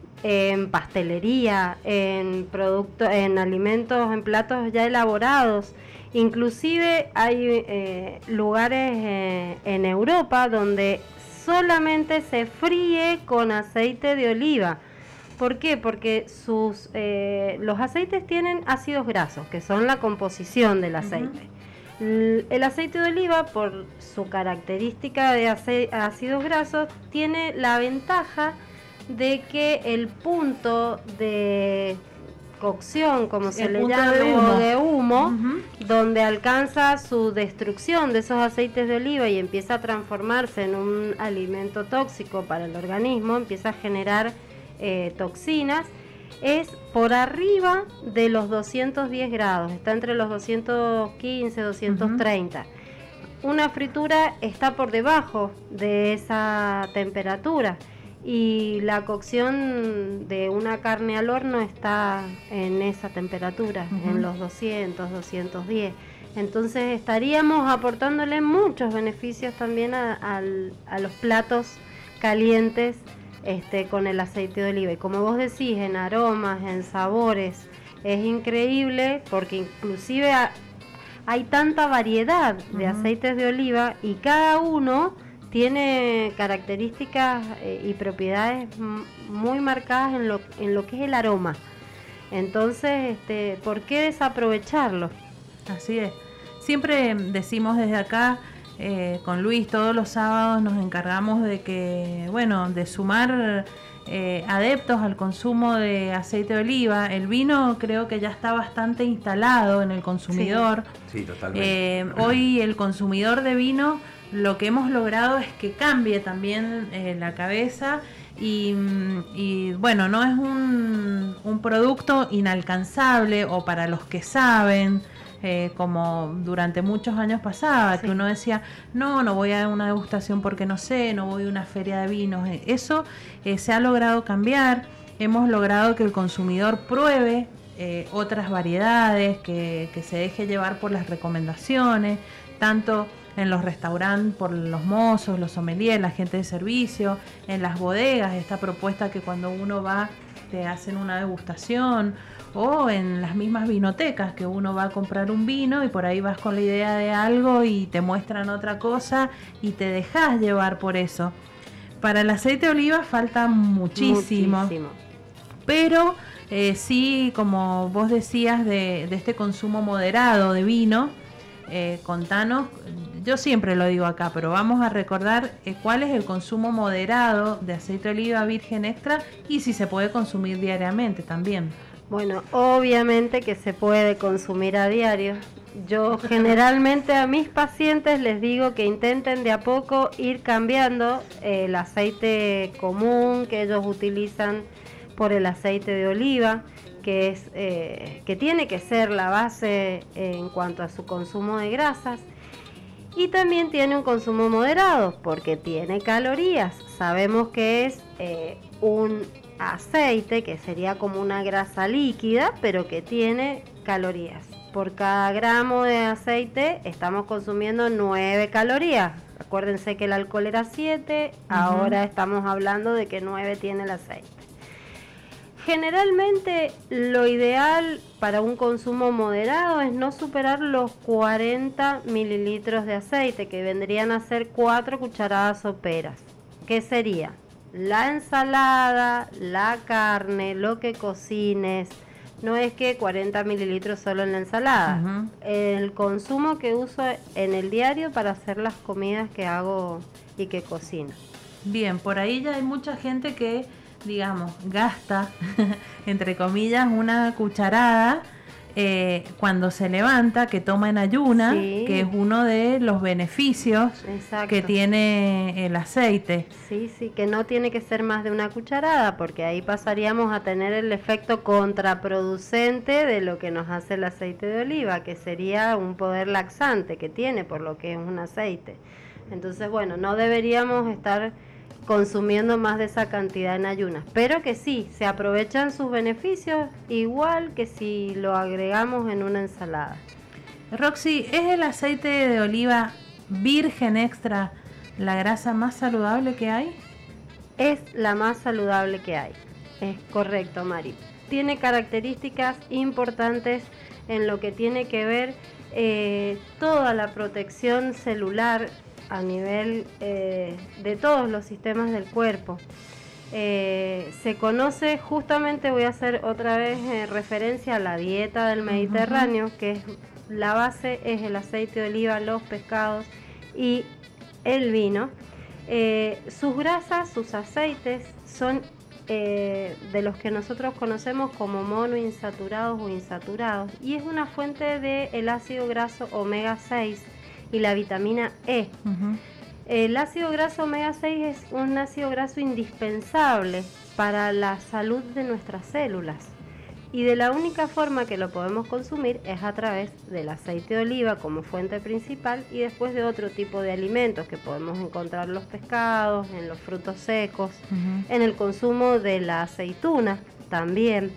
En pastelería, en productos, en alimentos, en platos ya elaborados. Inclusive hay eh, lugares eh, en Europa donde solamente se fríe con aceite de oliva. ¿Por qué? Porque sus eh, los aceites tienen ácidos grasos, que son la composición del aceite. Uh-huh. El aceite de oliva, por su característica de ace- ácidos grasos, tiene la ventaja de que el punto de cocción, como se el le punto llama, de humo, o de humo uh-huh, donde alcanza su destrucción de esos aceites de oliva y empieza a transformarse en un alimento tóxico para el organismo, empieza a generar eh, toxinas, es por arriba de los doscientos diez grados, está entre los doscientos quince, doscientos treinta. Uh-huh. Una fritura está por debajo de esa temperatura. Y la cocción de una carne al horno está en esa temperatura, uh-huh, en los doscientos, doscientos diez. Entonces estaríamos aportándole muchos beneficios también a, a, a los platos calientes este, con el aceite de oliva. Y como vos decís, en aromas, en sabores, es increíble porque inclusive ha, hay tanta variedad de uh-huh aceites de oliva y cada uno tiene características eh, y propiedades m- muy marcadas en lo, en lo que es el aroma. Entonces, este, ¿por qué desaprovecharlo? Así es. Siempre decimos desde acá, eh, con Luis, todos los sábados nos encargamos de que, bueno, de sumar eh, adeptos al consumo de aceite de oliva. El vino creo que ya está bastante instalado en el consumidor. Sí, sí, totalmente. Eh, hoy el consumidor de vino, lo que hemos logrado es que cambie también eh, la cabeza y, y bueno, no es un, un producto inalcanzable o para los que saben, eh, como durante muchos años pasaba, sí, que uno decía, no, no voy a una degustación porque no sé, no voy a una feria de vinos. Eso eh, se ha logrado cambiar, hemos logrado que el consumidor pruebe eh, otras variedades, que, que se deje llevar por las recomendaciones, tanto en los restaurantes por los mozos, los sommeliers, la gente de servicio, en las bodegas, esta propuesta que cuando uno va te hacen una degustación, o en las mismas vinotecas que uno va a comprar un vino y por ahí vas con la idea de algo y te muestran otra cosa y te dejas llevar por eso. Para el aceite de oliva falta muchísimo, muchísimo. Pero eh, sí, como vos decías, de, de este consumo moderado de vino, eh, contanos, yo siempre lo digo acá, pero vamos a recordar eh, cuál es el consumo moderado de aceite de oliva virgen extra y si se puede consumir diariamente también. Bueno, obviamente que se puede consumir a diario. Yo generalmente a mis pacientes les digo que intenten de a poco ir cambiando el aceite común que ellos utilizan por el aceite de oliva, que es eh, que tiene que ser la base en cuanto a su consumo de grasas, y también tiene un consumo moderado porque tiene calorías. Sabemos que es eh, un aceite que sería como una grasa líquida, pero que tiene calorías. Por cada gramo de aceite estamos consumiendo nueve calorías. Acuérdense que el alcohol era siete, uh-huh. Ahora estamos hablando de que nueve tiene el aceite. Generalmente lo ideal para un consumo moderado es no superar los cuarenta mililitros de aceite, que vendrían a ser cuatro cucharadas soperas. ¿Qué sería? La ensalada, la carne, lo que cocines. No es que cuarenta mililitros solo en la ensalada. Uh-huh. El consumo que uso en el diario para hacer las comidas que hago y que cocino. Bien, por ahí ya hay mucha gente que, digamos, gasta, entre comillas, una cucharada eh, cuando se levanta, que toma en ayuna, sí. Que es uno de los beneficios Exacto. que tiene el aceite. Sí, sí, que no tiene que ser más de una cucharada, porque ahí pasaríamos a tener el efecto contraproducente de lo que nos hace el aceite de oliva, que sería un poder laxante que tiene, por lo que es un aceite. Entonces, bueno, no deberíamos estar consumiendo más de esa cantidad en ayunas, pero que sí, se aprovechan sus beneficios igual que si lo agregamos en una ensalada. Roxy, ¿es el aceite de oliva virgen extra la grasa más saludable que hay? Es la más saludable que hay, es correcto, Mari. Tiene características importantes en lo que tiene que ver eh, toda la protección celular a nivel eh, de todos los sistemas del cuerpo. Eh, se conoce, justamente voy a hacer otra vez eh, referencia a la dieta del Mediterráneo, uh-huh. que es, la base es el aceite de oliva, los pescados y el vino. Eh, sus grasas, sus aceites son eh, de los que nosotros conocemos como monoinsaturados o insaturados, y es una fuente del ácido graso omega seis y la vitamina E. Uh-huh. El ácido graso omega seis es un ácido graso indispensable para la salud de nuestras células, y de la única forma que lo podemos consumir es a través del aceite de oliva como fuente principal, y después de otro tipo de alimentos que podemos encontrar en los pescados, en los frutos secos, uh-huh. en el consumo de la aceituna también.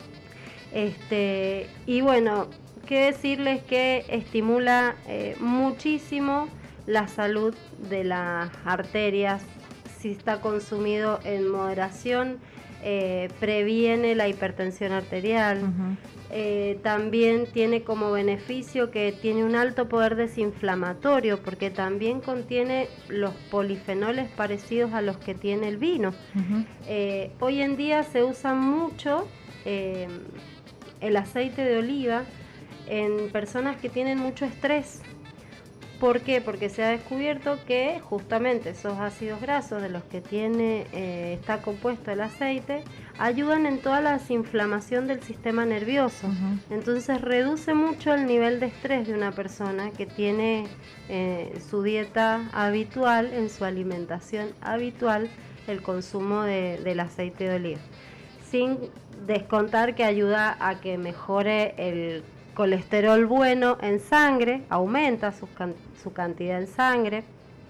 Este, y bueno, que decirles que estimula eh, muchísimo la salud de las arterias. Si está consumido en moderación, eh, previene la hipertensión arterial. Uh-huh. Eh, también tiene como beneficio que tiene un alto poder desinflamatorio, porque también contiene los polifenoles parecidos a los que tiene el vino. Uh-huh. Eh, hoy en día se usa mucho eh, el aceite de oliva en personas que tienen mucho estrés. ¿Por qué? Porque se ha descubierto que justamente esos ácidos grasos de los que tiene eh, está compuesto el aceite ayudan en toda la desinflamación del sistema nervioso. Uh-huh. Entonces reduce mucho el nivel de estrés de una persona que tiene eh, su dieta habitual, en su alimentación habitual, el consumo de, del aceite de oliva. Sin descontar que ayuda a que mejore el colesterol bueno en sangre, aumenta su, can- su cantidad en sangre,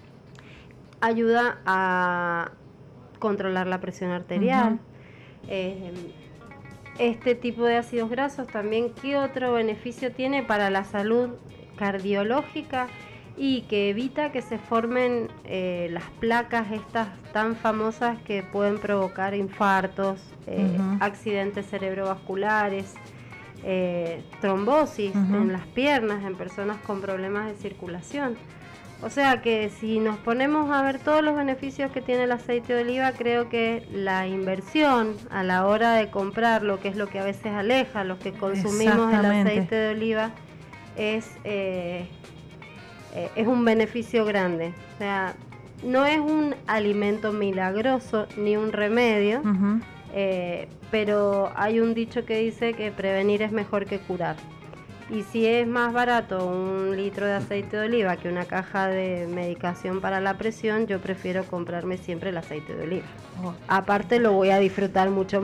ayuda a controlar la presión arterial. Uh-huh. Eh, este tipo de ácidos grasos también, ¿qué otro beneficio tiene para la salud cardiológica? Y que evita que se formen eh, las placas estas tan famosas que pueden provocar infartos, eh, uh-huh. accidentes cerebrovasculares, Eh, trombosis uh-huh. en las piernas en personas con problemas de circulación. O sea que si nos ponemos a ver todos los beneficios que tiene el aceite de oliva, creo que la inversión a la hora de comprarlo, que es lo que a veces aleja a los que consumimos el aceite de oliva, es, eh, eh, es un beneficio grande. O sea, no es un alimento milagroso ni un remedio, uh-huh. Eh, pero hay un dicho que dice que prevenir es mejor que curar, y si es más barato un litro de aceite de oliva que una caja de medicación para la presión, yo prefiero comprarme siempre el aceite de oliva. Oh. Aparte lo voy a disfrutar mucho más.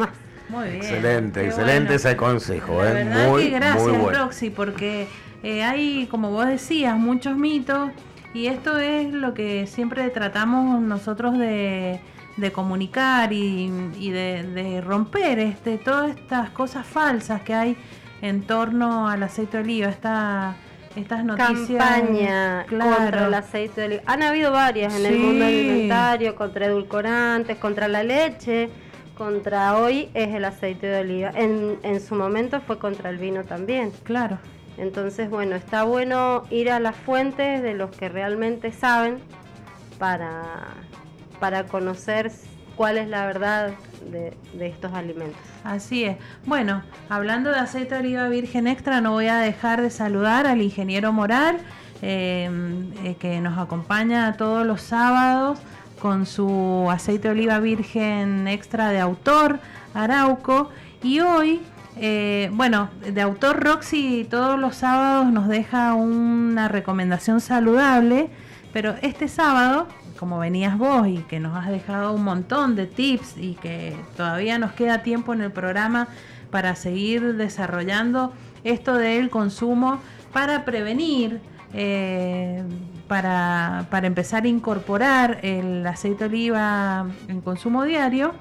Muy bien. Excelente, excelente bueno. ese consejo. La ¿eh? verdad muy, que gracias, muy bueno. Roxy, porque eh, hay, como vos decías, muchos mitos y esto es lo que siempre tratamos nosotros de, de comunicar y, y de, de romper este, todas estas cosas falsas que hay en torno al aceite de oliva. Esta, estas noticias. Campaña claro. contra el aceite de oliva. Han habido varias en sí. el mundo alimentario, contra edulcorantes, contra la leche. Contra hoy es el aceite de oliva. En, en su momento fue contra el vino también. Claro. Entonces, bueno, está bueno ir a las fuentes de los que realmente saben para, para conocer cuál es la verdad de, de estos alimentos. Así es. Bueno, hablando de aceite de oliva virgen extra, no voy a dejar de saludar al ingeniero Moral, eh, eh, que nos acompaña todos los sábados con su aceite de oliva virgen extra de autor, Arauco. Y hoy, eh, bueno, de autor Roxy todos los sábados nos deja una recomendación saludable, pero este sábado, como venías vos y que nos has dejado un montón de tips y que todavía nos queda tiempo en el programa para seguir desarrollando esto del consumo para prevenir, eh, Para, para empezar a incorporar el aceite de oliva en consumo diario,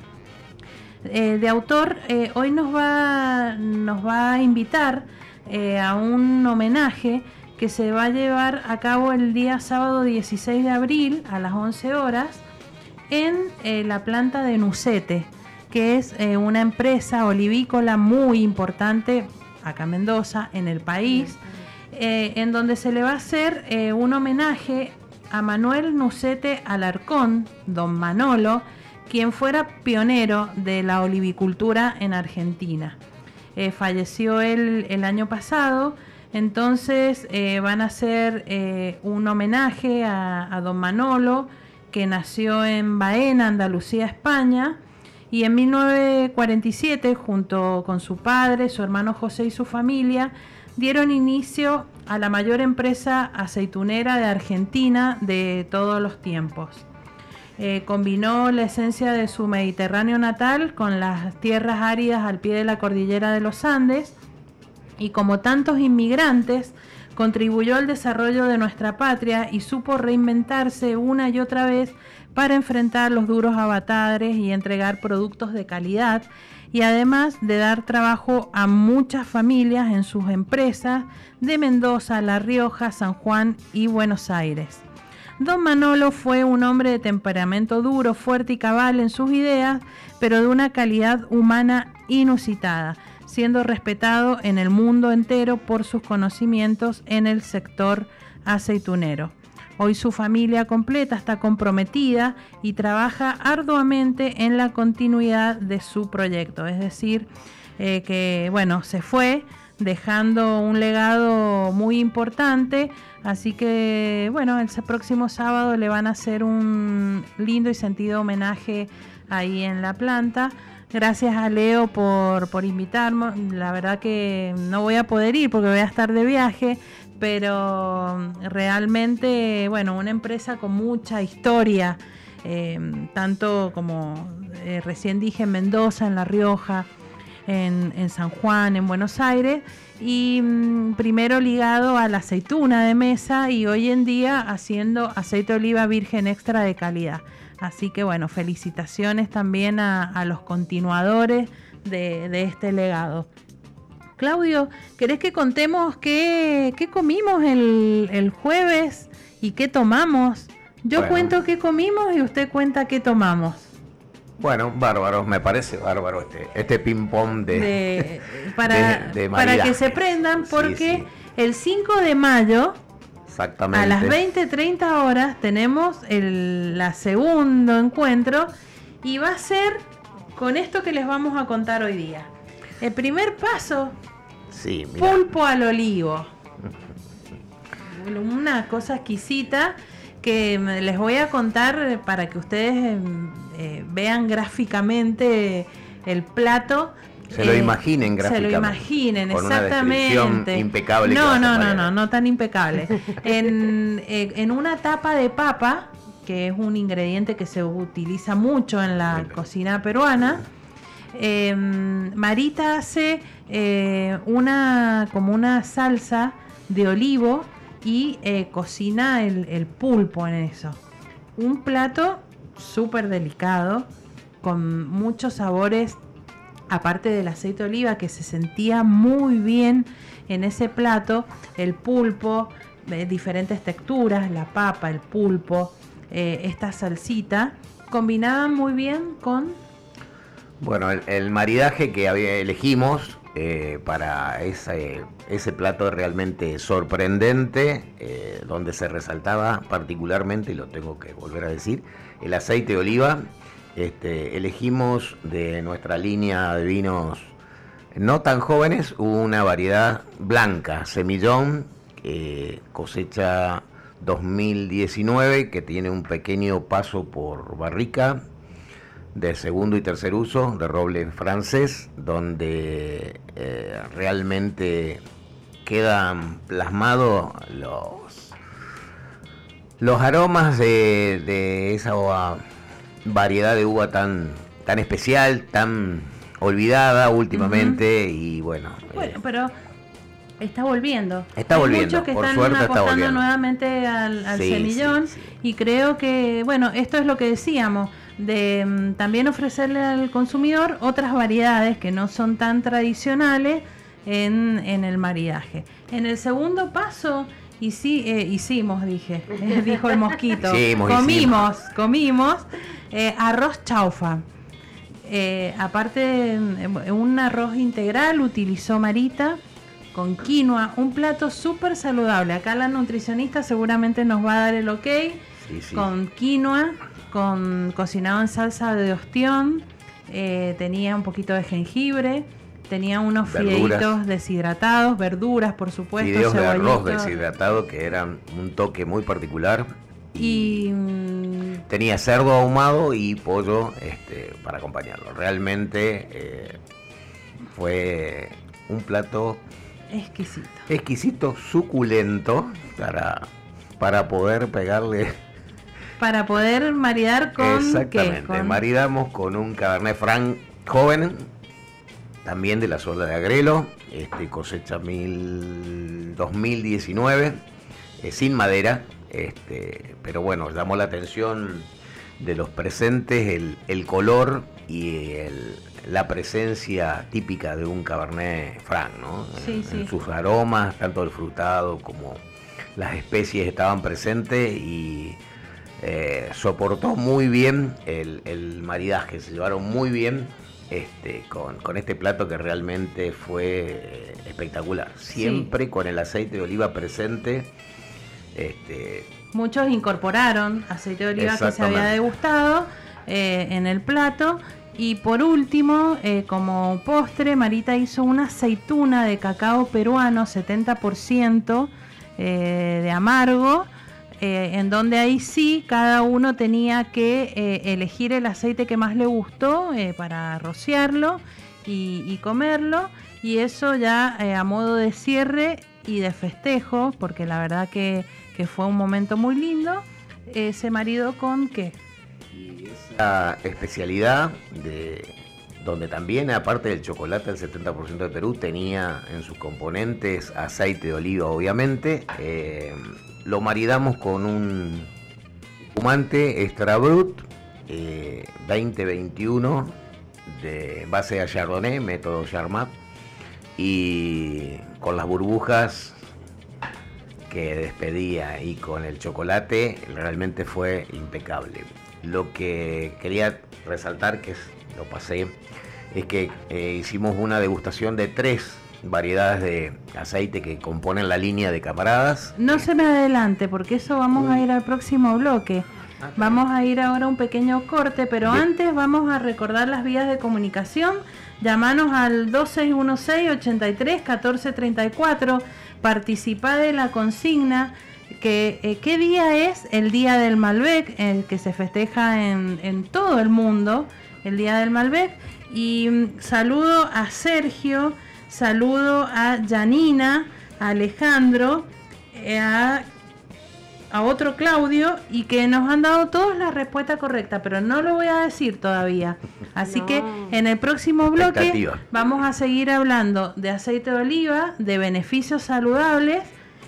eh, de autor, eh, hoy nos va, nos va a invitar eh, a un homenaje que se va a llevar a cabo el día sábado dieciséis de abril a las once horas en eh, la planta de Nucete, que es eh, una empresa olivícola muy importante acá en Mendoza, en el país. Eh, en donde se le va a hacer eh, un homenaje a Manuel Nucete Alarcón, don Manolo, quien fuera pionero de la olivicultura en Argentina. Eh, falleció él el año pasado, entonces eh, van a hacer eh, un homenaje a, a don Manolo, que nació en Baena, Andalucía, España, y en mil novecientos cuarenta y siete, junto con su padre, su hermano José y su familia, dieron inicio a la mayor empresa aceitunera de Argentina de todos los tiempos. Eh, combinó la esencia de su Mediterráneo natal con las tierras áridas al pie de la cordillera de los Andes y, como tantos inmigrantes, contribuyó al desarrollo de nuestra patria y supo reinventarse una y otra vez para enfrentar los duros avatares y entregar productos de calidad, y además de dar trabajo a muchas familias en sus empresas de Mendoza, La Rioja, San Juan y Buenos Aires. Don Manolo fue un hombre de temperamento duro, fuerte y cabal en sus ideas, pero de una calidad humana inusitada, siendo respetado en el mundo entero por sus conocimientos en el sector aceitunero. Hoy su familia completa está comprometida y trabaja arduamente en la continuidad de su proyecto. Es decir, eh, que bueno, se fue dejando un legado muy importante. Así que bueno, el próximo sábado le van a hacer un lindo y sentido homenaje ahí en la planta. Gracias a Leo por, por invitarme. La verdad que no voy a poder ir porque voy a estar de viaje, pero realmente, bueno, una empresa con mucha historia, eh, tanto como eh, recién dije, en Mendoza, en La Rioja, en, en San Juan, en Buenos Aires, y mm, primero ligado a la aceituna de mesa y hoy en día haciendo aceite de oliva virgen extra de calidad. Así que bueno, felicitaciones también a, a los continuadores de, de este legado. Claudio, ¿querés que contemos qué, qué comimos el, el jueves y qué tomamos? Yo bueno. cuento qué comimos y usted cuenta qué tomamos. Bueno, bárbaro, me parece bárbaro este, este ping-pong de, de, para, de, de para que se prendan, porque sí, sí. el cinco de mayo, exactamente, a las veinte treinta horas, tenemos el la segundo encuentro y va a ser con esto que les vamos a contar hoy día. El primer paso, sí, mira. Pulpo al olivo. Una cosa exquisita que les voy a contar para que ustedes eh, vean gráficamente el plato. Se lo imaginen gráficamente. Se lo imaginen, con exactamente. Una descripción impecable. No, no, no, no, no tan impecable. en, eh, en una tapa de papa, que es un ingrediente que se utiliza mucho en la cocina peruana, Eh, Marita hace eh, una como una salsa de olivo y eh, cocina el, el pulpo en eso. Un plato súper delicado, con muchos sabores, aparte del aceite de oliva que se sentía muy bien en ese plato, el pulpo, eh, diferentes texturas, la papa, el pulpo, eh, esta salsita, combinaban muy bien con... Bueno, el, el maridaje que había, elegimos eh, para ese, ese plato realmente sorprendente, eh, donde se resaltaba particularmente, y lo tengo que volver a decir, el aceite de oliva. Este, elegimos de nuestra línea de vinos no tan jóvenes una variedad blanca, semillón, eh, cosecha dos mil diecinueve, que tiene un pequeño paso por barrica de segundo y tercer uso, de roble francés, donde eh, realmente quedan plasmados los, los aromas de, de esa uva, variedad de uva tan, tan especial, tan olvidada últimamente. Uh-huh. Y bueno, bueno eh, pero está volviendo. Está Hay volviendo, muchos que por están suerte está apostando volviendo nuevamente al, al sí, semillón, sí, sí. Y creo que, bueno, esto es lo que decíamos, de um, también ofrecerle al consumidor otras variedades que no son tan tradicionales en, en el maridaje. En el segundo paso, y sí, eh, hicimos, dije, eh, dijo el mosquito, sí, comimos, hicimos. comimos eh, arroz chaufa. Eh, aparte, un arroz integral utilizó Marita, con quinoa, un plato súper saludable. Acá la nutricionista seguramente nos va a dar el ok. Sí, sí. Con quinoa, con cocinado en salsa de ostión, eh, tenía un poquito de jengibre, tenía unos verduras. Fideitos deshidratados, verduras, por supuesto, Fideos de arroz cebollito. deshidratado, que eran un toque muy particular. Y, Y mm, tenía cerdo ahumado y pollo este, para acompañarlo. Realmente eh, fue un plato exquisito. exquisito, suculento, para, para poder pegarle. Para poder maridar con... Exactamente, ¿qué? Con... maridamos con un Cabernet Franc joven, también de la zona de Agrelo, este, cosecha mil, dos mil diecinueve, eh, sin madera, este, pero bueno, llamó la atención de los presentes el, el color y el, la presencia típica de un Cabernet Franc, ¿no? Sí, en, sí. en sus aromas, tanto el frutado como las especies estaban presentes y eh, soportó muy bien el, el maridaje, se llevaron muy bien este, con, con este plato que realmente fue eh, espectacular, siempre sí. Con el aceite de oliva presente. Este, Muchos incorporaron aceite de oliva que se había degustado eh, en el plato. Y por último, eh, como postre, Marita hizo una aceituna de cacao peruano, setenta por ciento eh, de amargo, eh, en donde ahí sí cada uno tenía que eh, elegir el aceite que más le gustó eh, para rociarlo y, y comerlo. Y eso ya eh, a modo de cierre y de festejo, porque la verdad que, que fue un momento muy lindo, eh, se maridó con ¿qué? Y esa especialidad de donde también, aparte del chocolate, el setenta por ciento de Perú tenía en sus componentes aceite de oliva, obviamente. Eh, lo maridamos con un espumante Extra Brut eh, veinte veintiuno de base a Chardonnay, método Charmat, y con las burbujas que despedía y con el chocolate realmente fue impecable. Lo que quería resaltar, que es, lo pasé, es que eh, hicimos una degustación de tres variedades de aceite que componen la línea de Camaradas. No se me adelante, porque eso vamos Uy. a ir al próximo bloque. Vamos a ir ahora a un pequeño corte, pero Bien. Antes vamos a recordar las vías de comunicación. Llámanos al dos seis uno seis, ocho tres, uno cuatro tres cuatro. Participá de la consigna. Que, eh, ¿Qué día es el Día del Malbec? El que se festeja en, en todo el mundo, el Día del Malbec. Y um, saludo a Sergio, saludo a Janina, a Alejandro, eh, a a otro Claudio y que nos han dado todos la respuesta correcta, pero no lo voy a decir todavía. Así No. que en el próximo bloque Expectativa. vamos a seguir hablando de aceite de oliva, de beneficios saludables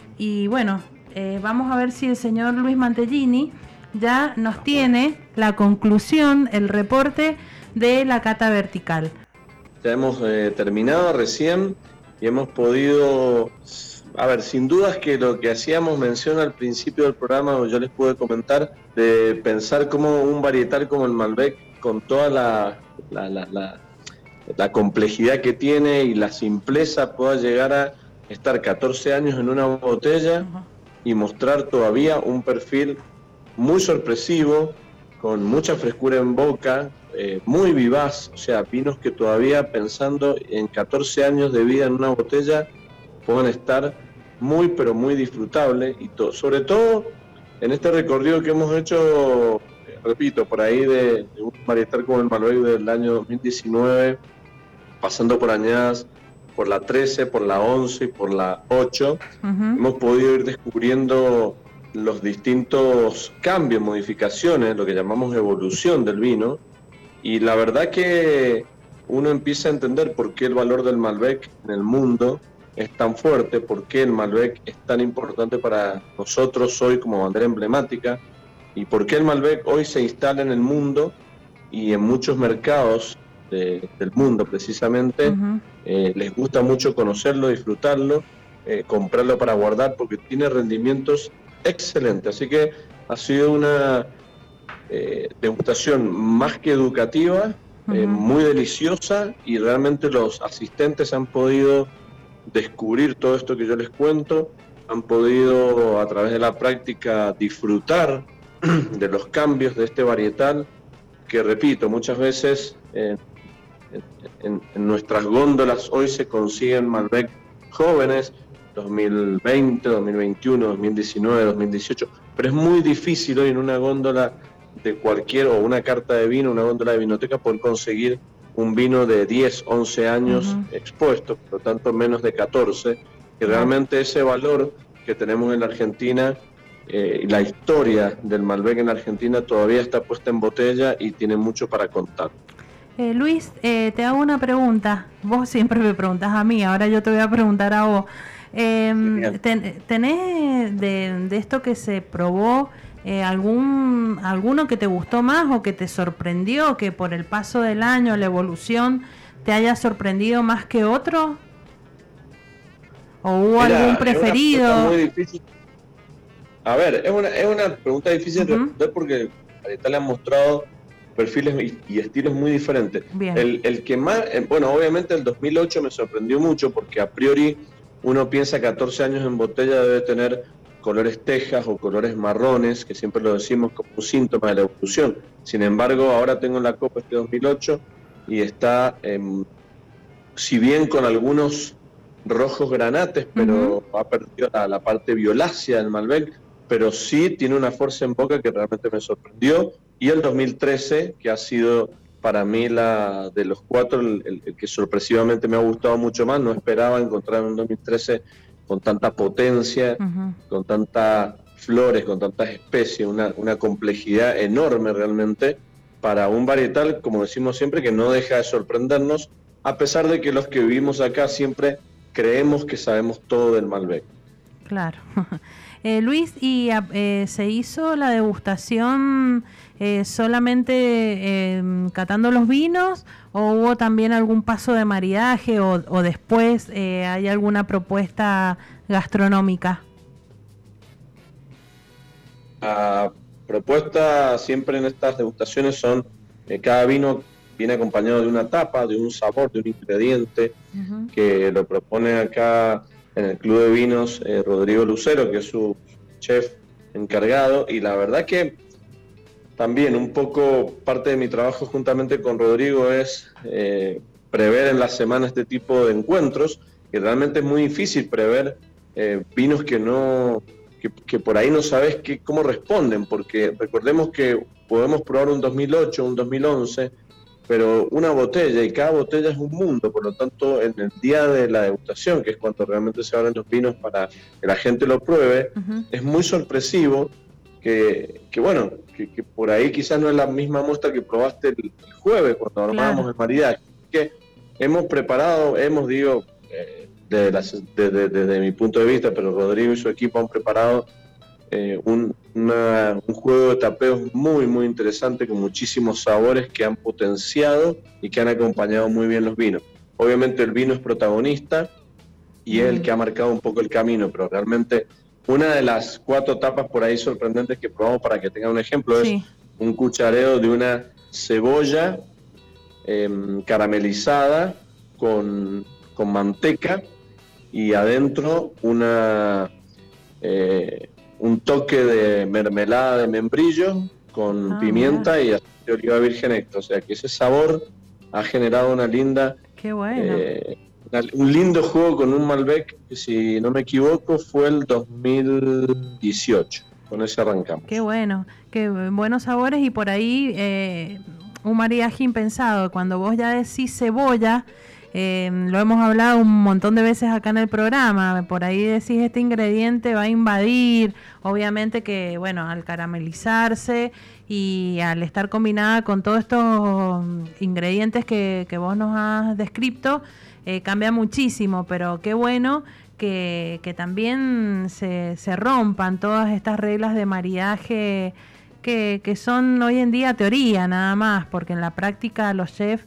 y bueno, eh, vamos a ver si el señor Luis Mantellini ya nos tiene la conclusión, el reporte de la cata vertical. Ya hemos eh, terminado recién y hemos podido, a ver, sin dudas que lo que hacíamos mención al principio del programa, yo les pude comentar, de pensar cómo un varietal como el Malbec, con toda la, la, la, la, la complejidad que tiene y la simpleza, pueda llegar a estar catorce años en una botella Ajá. y mostrar todavía un perfil muy sorpresivo, con mucha frescura en boca, eh, muy vivaz, o sea, vinos que todavía pensando en catorce años de vida en una botella puedan estar muy pero muy disfrutables y to- sobre todo en este recorrido que hemos hecho, eh, repito, por ahí de, de un varietal como el Malbec del año dos mil diecinueve, pasando por añadas, por la trece, por la once y por la ocho, Ujú. hemos podido ir descubriendo los distintos cambios, modificaciones, lo que llamamos evolución del vino, y la verdad que uno empieza a entender por qué el valor del Malbec en el mundo es tan fuerte, por qué el Malbec es tan importante para nosotros hoy como bandera emblemática, y por qué el Malbec hoy se instala en el mundo y en muchos mercados de- del mundo precisamente. Ujú. Eh, les gusta mucho conocerlo, disfrutarlo, eh, comprarlo para guardar porque tiene rendimientos excelentes. Así que ha sido una eh, degustación más que educativa, eh, Ujú. muy deliciosa, y realmente los asistentes han podido descubrir todo esto que yo les cuento, han podido a través de la práctica disfrutar de los cambios de este varietal que, repito, muchas veces eh, en, en nuestras góndolas hoy se consiguen Malbec jóvenes, dos mil veinte, dos mil veintiuno, dos mil diecinueve, dos mil dieciocho, pero es muy difícil hoy en una góndola de cualquier, o una carta de vino, una góndola de vinoteca, poder conseguir un vino de diez, once años Ujú. expuesto, por lo tanto menos de catorce, que realmente ese valor que tenemos en la Argentina, eh, y la historia del Malbec en la Argentina todavía está puesta en botella y tiene mucho para contar. Eh, Luis, eh, te hago una pregunta. Vos siempre me preguntas a mí, ahora yo te voy a preguntar a vos. Eh, Genial. ten- ¿Tenés de, de esto que se probó eh, algún alguno que te gustó más o que te sorprendió, que por el paso del año, la evolución, te haya sorprendido más que otro? ¿O hubo Mira, algún es una preferido? pregunta muy difícil. A ver, es una, es una pregunta difícil de Ujú. responder porque el varietal le han mostrado perfiles y, y estilos muy diferentes. Bien. El, el que más, eh, bueno, obviamente el dos mil ocho me sorprendió mucho porque a priori uno piensa catorce años en botella debe tener colores tejas o colores marrones, que siempre lo decimos como un síntoma de la evolución. Sin embargo, ahora tengo en la copa este dos mil ocho y está, eh, si bien con algunos rojos granates, pero Ujú. ha perdido la, la parte violácea del Malbec, pero sí tiene una fuerza en boca que realmente me sorprendió. Y el dos mil trece, que ha sido para mí la de los cuatro, el, el- el que sorpresivamente me ha gustado mucho más. No esperaba encontrar un dos mil trece con tanta potencia, Ujú. con tantas flores, con tantas especies, una, una complejidad enorme realmente para un varietal, como decimos siempre, que no deja de sorprendernos, a pesar de que los que vivimos acá siempre creemos que sabemos todo del Malbec. Claro. Eh, Luis, ¿y ah, eh, se hizo la degustación eh, solamente eh, catando los vinos o hubo también algún paso de maridaje o, o después eh, hay alguna propuesta gastronómica? La propuesta siempre en estas degustaciones son, eh, cada vino viene acompañado de una tapa, de un sabor, de un ingrediente, Ujú. que lo propone acá en el Club de Vinos eh, Rodrigo Lucero, que es su chef encargado, y la verdad que también un poco parte de mi trabajo juntamente con Rodrigo es eh, prever en la semana este tipo de encuentros, que realmente es muy difícil prever eh, vinos que no que, que por ahí no sabes qué, cómo responden, porque recordemos que podemos probar un dos mil ocho, un dos mil once, pero una botella, y cada botella es un mundo. Por lo tanto, en el día de la degustación, que es cuando realmente se abren los vinos para que la gente lo pruebe, uh-huh. es muy sorpresivo que, que bueno, que, que por ahí quizás no es la misma muestra que probaste el, el jueves cuando armábamos claro. el maridaje. Que hemos preparado, hemos, digo, eh, desde, la, desde, desde mi punto de vista, pero Rodrigo y su equipo han preparado eh, un, una, un juego de tapeos muy, muy interesante, con muchísimos sabores que han potenciado y que han acompañado muy bien los vinos. Obviamente el vino es protagonista y es el que ha marcado un poco el camino, pero realmente una de las cuatro tapas por ahí sorprendentes que probamos, para que tengan un ejemplo, sí. es un cuchareo de una cebolla eh, caramelizada con, con manteca, y adentro una eh, un toque de mermelada de membrillo con ah, pimienta mira. y aceite de oliva virgen extra. O sea que ese sabor ha generado una linda... Qué bueno. Eh, un lindo juego con un Malbec que, si no me equivoco, fue el dos mil dieciocho. Con ese arrancamos. Qué bueno, qué buenos sabores. Y por ahí eh, un maridaje impensado. Cuando vos ya decís cebolla, eh, lo hemos hablado un montón de veces acá en el programa, por ahí decís este ingrediente va a invadir, obviamente que, bueno, al caramelizarse y al estar combinada con todos estos ingredientes que, que vos nos has descrito, Eh, cambia muchísimo, pero qué bueno que, que también se, se rompan todas estas reglas de maridaje que, que son hoy en día teoría nada más, porque en la práctica los chefs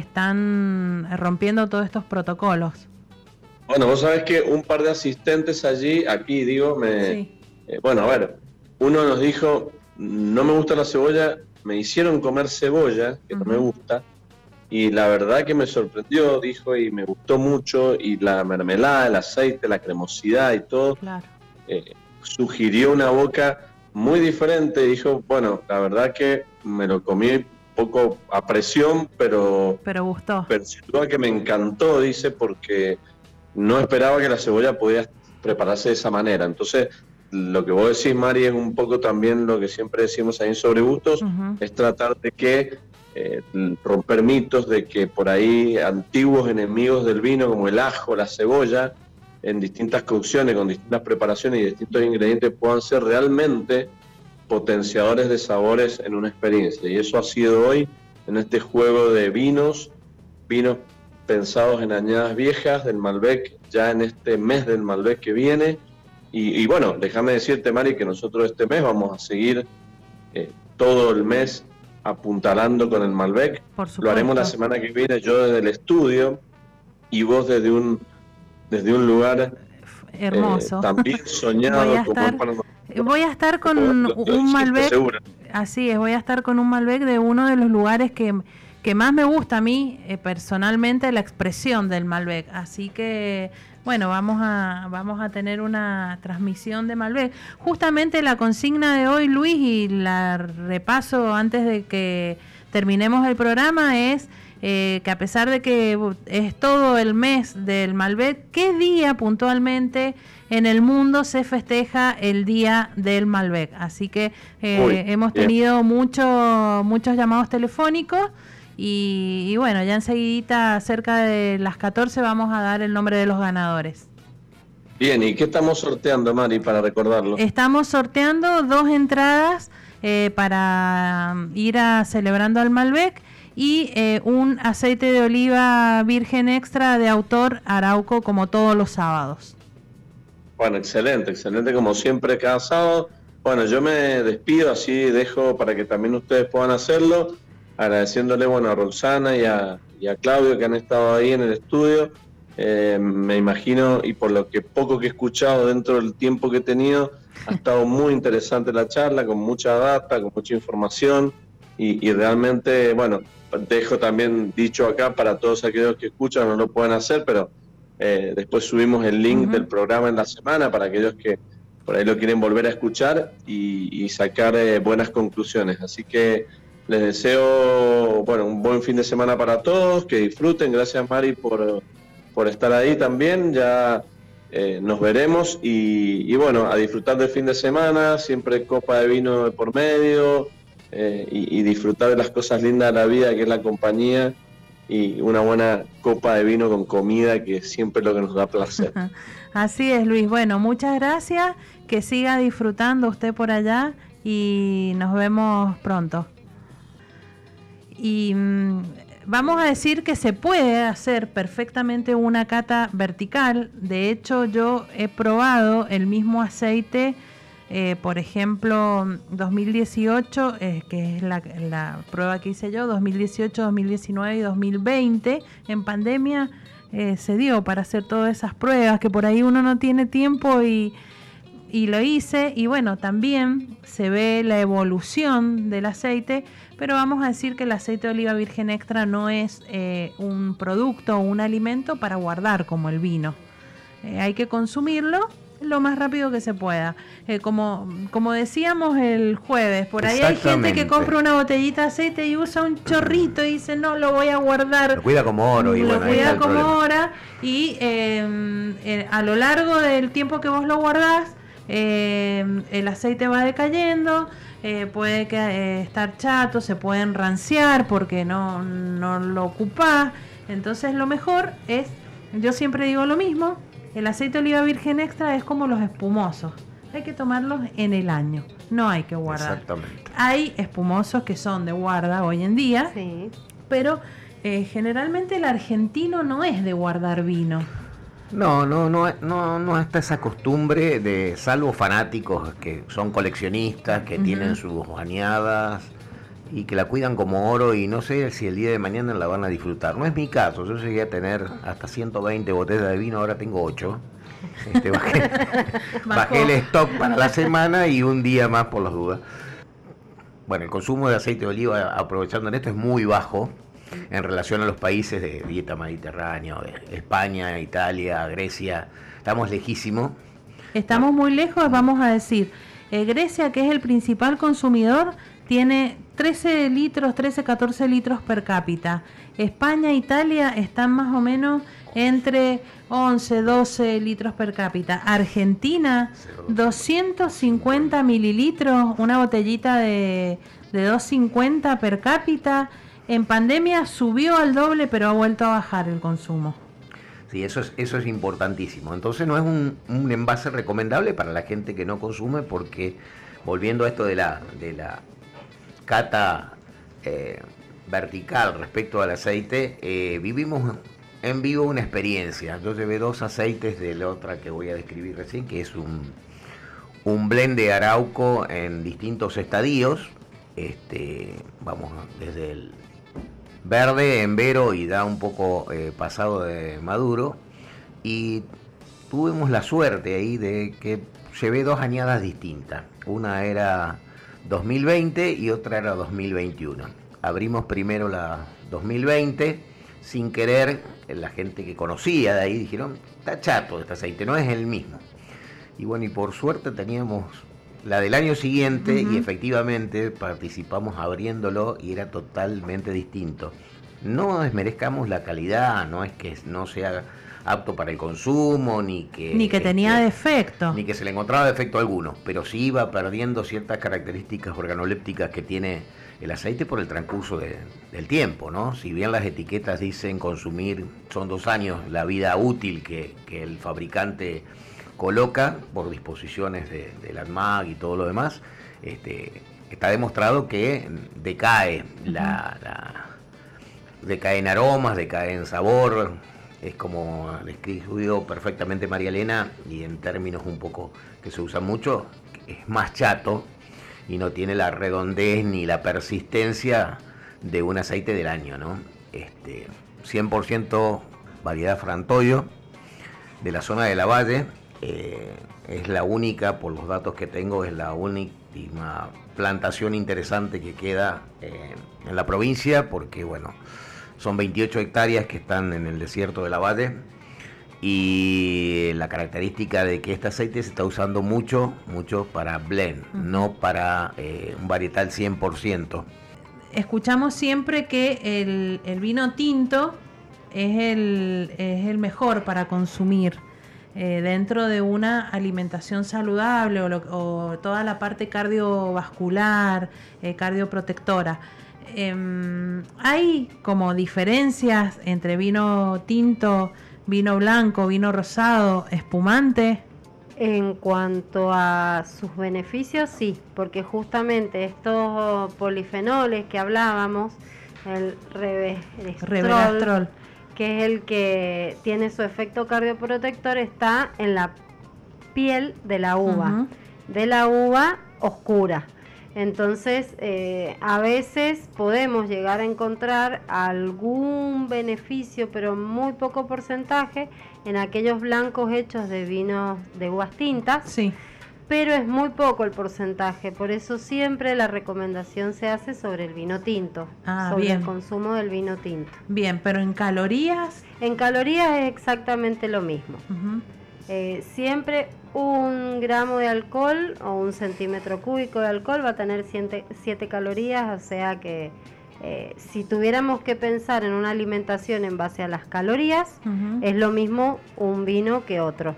están rompiendo todos estos protocolos. Bueno, vos sabés que un par de asistentes allí, aquí digo, me sí. eh, bueno, a ver, uno nos dijo, no me gusta la cebolla, me hicieron comer cebolla, que uh-huh. no me gusta, y la verdad que me sorprendió, dijo, y me gustó mucho, y la mermelada, el aceite, la cremosidad y todo, claro. eh, sugirió una boca muy diferente. Dijo, bueno, la verdad que me lo comí un poco a presión, pero... Pero gustó. Pero sin duda que me encantó, dice, porque no esperaba que la cebolla pudiera prepararse de esa manera. Entonces, lo que vos decís, Mari, es un poco también lo que siempre decimos ahí en Sobre Gustos, uh-huh. es tratar de que Eh, romper mitos de que por ahí antiguos enemigos del vino, como el ajo, la cebolla, en distintas cocciones, con distintas preparaciones y distintos ingredientes, puedan ser realmente potenciadores de sabores en una experiencia. Y eso ha sido hoy en este juego de vinos, vinos pensados en añadas viejas del Malbec, ya en este mes del Malbec que viene. Y, y bueno, déjame decirte, Mari, que nosotros este mes vamos a seguir eh, todo el mes apuntalando con el Malbec. Lo haremos la semana que viene, yo desde el estudio y vos desde un desde un lugar hermoso, eh, también soñado. Voy a estar, como voy a estar con un, un Malbec, así es, voy a estar con un Malbec de uno de los lugares que, que más me gusta a mí, eh, personalmente, la expresión del Malbec. Así que bueno, vamos a vamos a tener una transmisión de Malbec. Justamente la consigna de hoy, Luis, y la repaso antes de que terminemos el programa, es eh, que a pesar de que es todo el mes del Malbec, ¿qué día puntualmente en el mundo se festeja el Día del Malbec? Así que eh, Uy, hemos tenido mucho, muchos llamados telefónicos. Y, y bueno, ya enseguidita, cerca de las catorce, vamos a dar el nombre de los ganadores. Bien, ¿y qué estamos sorteando, Mari, para recordarlo? Estamos sorteando dos entradas eh, para ir a Celebrando al Malbec y eh, un aceite de oliva virgen extra de autor Arauco, como todos los sábados. Bueno, excelente, excelente como siempre cada sábado. Bueno, yo me despido, así dejo para que también ustedes puedan hacerlo. Agradeciéndole, bueno, a Roxana y a, y a Claudio, que han estado ahí en el estudio. Eh, me imagino, y por lo que poco que he escuchado dentro del tiempo que he tenido, ha estado muy interesante la charla, con mucha data, con mucha información, y, y realmente, bueno, dejo también dicho acá para todos aquellos que escuchan, no lo pueden hacer, pero eh, después subimos el link uh-huh. del programa en la semana para aquellos que por ahí lo quieren volver a escuchar y, y sacar eh, buenas conclusiones. Así que les deseo, bueno, un buen fin de semana para todos, que disfruten. Gracias, Mari, por, por estar ahí también. Ya eh, nos veremos y, y bueno, a disfrutar del fin de semana, siempre copa de vino de por medio, eh, y, y disfrutar de las cosas lindas de la vida, que es la compañía y una buena copa de vino con comida, que es siempre lo que nos da placer. Así es, Luis. Bueno, muchas gracias, que siga disfrutando usted por allá y nos vemos pronto. Y mmm, vamos a decir que se puede hacer perfectamente una cata vertical. De hecho, yo he probado el mismo aceite, eh, por ejemplo, dos mil dieciocho, eh, que es la, la prueba que hice yo, dos mil dieciocho, dos mil diecinueve y dos mil veinte. En pandemia eh, se dio para hacer todas esas pruebas, que por ahí uno no tiene tiempo y... y lo hice, y bueno, también se ve la evolución del aceite, pero vamos a decir que el aceite de oliva virgen extra no es eh, un producto o un alimento para guardar como el vino. Eh, hay que consumirlo lo más rápido que se pueda. Eh, como, como decíamos el jueves, por ahí hay gente que compra una botellita de aceite y usa un chorrito y dice, no, lo voy a guardar. Lo cuida como oro. Y lo bueno, cuida como oro y eh, eh, a lo largo del tiempo que vos lo guardás, Eh, el aceite va decayendo, eh, puede que, eh, estar chato, se pueden ranciar porque no, no lo ocupás. Entonces lo mejor es, yo siempre digo lo mismo, el aceite de oliva virgen extra es como los espumosos, hay que tomarlos en el año, no hay que guardar. Exactamente. Hay espumosos que son de guarda hoy en día, Sí. pero eh, generalmente el argentino no es de guardar vino. No, no, no, no, no está esa costumbre, de salvo fanáticos que son coleccionistas, que uh-huh. tienen sus bañadas y que la cuidan como oro, y no sé si el día de mañana la van a disfrutar. No es mi caso, yo llegué a tener hasta ciento veinte botellas de vino, ahora tengo ocho. Este, bajé, bajé el stock para la semana y un día más por las dudas. Bueno, el consumo de aceite de oliva, aprovechando en esto, es muy bajo en relación a los países de dieta mediterránea, de España, Italia, Grecia. Estamos lejísimos. Estamos muy lejos, vamos a decir. Eh, Grecia, que es el principal consumidor, tiene trece litros, trece, catorce litros per cápita. España e Italia están más o menos entre once, doce litros per cápita. Argentina, doscientos cincuenta mililitros, una botellita de, de doscientos cincuenta per cápita. En pandemia subió al doble, pero ha vuelto a bajar el consumo. Sí, eso es, eso es importantísimo. Entonces no es un, un envase recomendable para la gente que no consume, porque, volviendo a esto de la, de la cata eh, vertical respecto al aceite, eh, vivimos en vivo una experiencia. Yo llevé dos aceites de la otra que voy a describir recién, que es un, un blend de Arauco en distintos estadios. Este, vamos desde el verde, embero y da un poco eh, pasado de maduro, y tuvimos la suerte ahí de que llevé dos añadas distintas. Una era dos mil veinte y otra era dos mil veintiuno. Abrimos primero la dos mil veinte, sin querer, la gente que conocía de ahí dijeron, está chato este aceite, no es el mismo. Y bueno, y por suerte teníamos la del año siguiente, uh-huh. y efectivamente participamos abriéndolo y era totalmente distinto. No desmerezcamos la calidad, no es que no sea apto para el consumo, ni que... Ni que tenía este, defecto. Ni que se le encontraba defecto alguno, pero sí iba perdiendo ciertas características organolépticas que tiene el aceite por el transcurso de, del tiempo, ¿no? Si bien las etiquetas dicen consumir, son dos años la vida útil que, que el fabricante coloca por disposiciones de, de la ANMAG y todo lo demás, este, está demostrado que decae, uh-huh. la, la, decae en aromas, decae en sabor, es como describió perfectamente María Elena, y en términos un poco que se usan mucho, es más chato y no tiene la redondez ni la persistencia de un aceite del año, ¿no? Este, cien por ciento variedad Frantoio de la zona de la Valle. Eh, es la única, por los datos que tengo, es la última plantación interesante que queda eh, en la provincia, porque bueno, son veintiocho hectáreas que están en el desierto de la Valle, y la característica de que este aceite se está usando mucho, mucho para blend, uh-huh. no para eh, un varietal cien por ciento. Escuchamos siempre que el, el vino tinto es el, es el mejor para consumir. eh, dentro de una alimentación saludable o, lo, o toda la parte cardiovascular, eh, cardioprotectora. Eh, ¿Hay como diferencias entre vino tinto, vino blanco, vino rosado, espumante? En cuanto a sus beneficios, sí, porque justamente estos polifenoles que hablábamos, el resveratrol, que es el que tiene su efecto cardioprotector, está en la piel de la uva, uh-huh. de la uva oscura. Entonces, eh, a veces podemos llegar a encontrar algún beneficio, pero muy poco porcentaje, en aquellos blancos hechos de vinos de uvas tintas, sí. pero es muy poco el porcentaje, por eso siempre la recomendación se hace sobre el vino tinto, ah, sobre bien. el consumo del vino tinto. Bien, pero en calorías... En calorías es exactamente lo mismo. Uh-huh. Eh, siempre un gramo de alcohol o un centímetro cúbico de alcohol va a tener siete calorías, o sea que eh, si tuviéramos que pensar en una alimentación en base a las calorías, uh-huh. es lo mismo un vino que otro.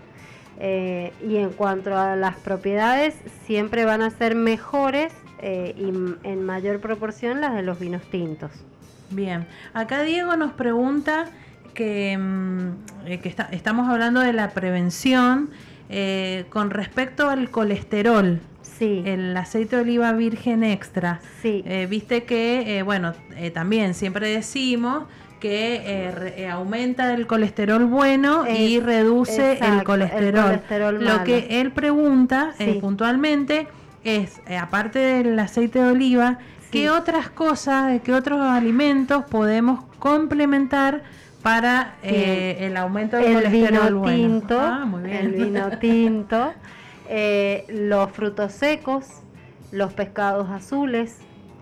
Eh, y en cuanto a las propiedades, siempre van a ser mejores eh, y en mayor proporción las de los vinos tintos. Bien, acá Diego nos pregunta que, eh, que está, estamos hablando de la prevención eh, con respecto al colesterol. Sí. El aceite de oliva virgen extra. Sí. Eh, viste que, eh, bueno, eh, también siempre decimos que eh, re, aumenta el colesterol bueno es, y reduce exacto, el colesterol. El colesterol Lo malo. que él pregunta sí. eh, puntualmente es, eh, aparte del aceite de oliva, sí. ¿qué otras cosas, qué otros alimentos podemos complementar para eh, el aumento del el colesterol vino bueno? Tinto, Ah, muy bien. El vino tinto, eh, los frutos secos, los pescados azules,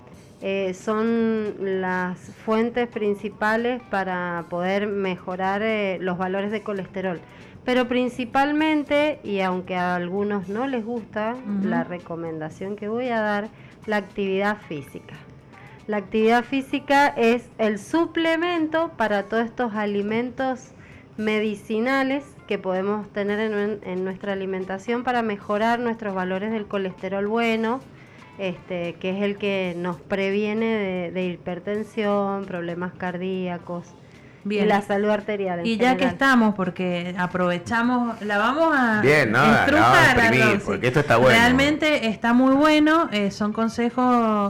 eh, son las fuentes principales para poder mejorar eh, los valores de colesterol. Pero principalmente, y aunque a algunos no les gusta, uh-huh. la recomendación que voy a dar, la actividad física. La actividad física es el suplemento para todos estos alimentos medicinales que podemos tener en, en nuestra alimentación para mejorar nuestros valores del colesterol bueno, este, que es el que nos previene de, de hipertensión, problemas cardíacos. Bien. Y la salud arterial en y ya general. Que estamos, porque aprovechamos, la vamos a Bien, no, estrujar, no, exprimir, porque esto está bueno. Realmente está muy bueno, eh, son consejos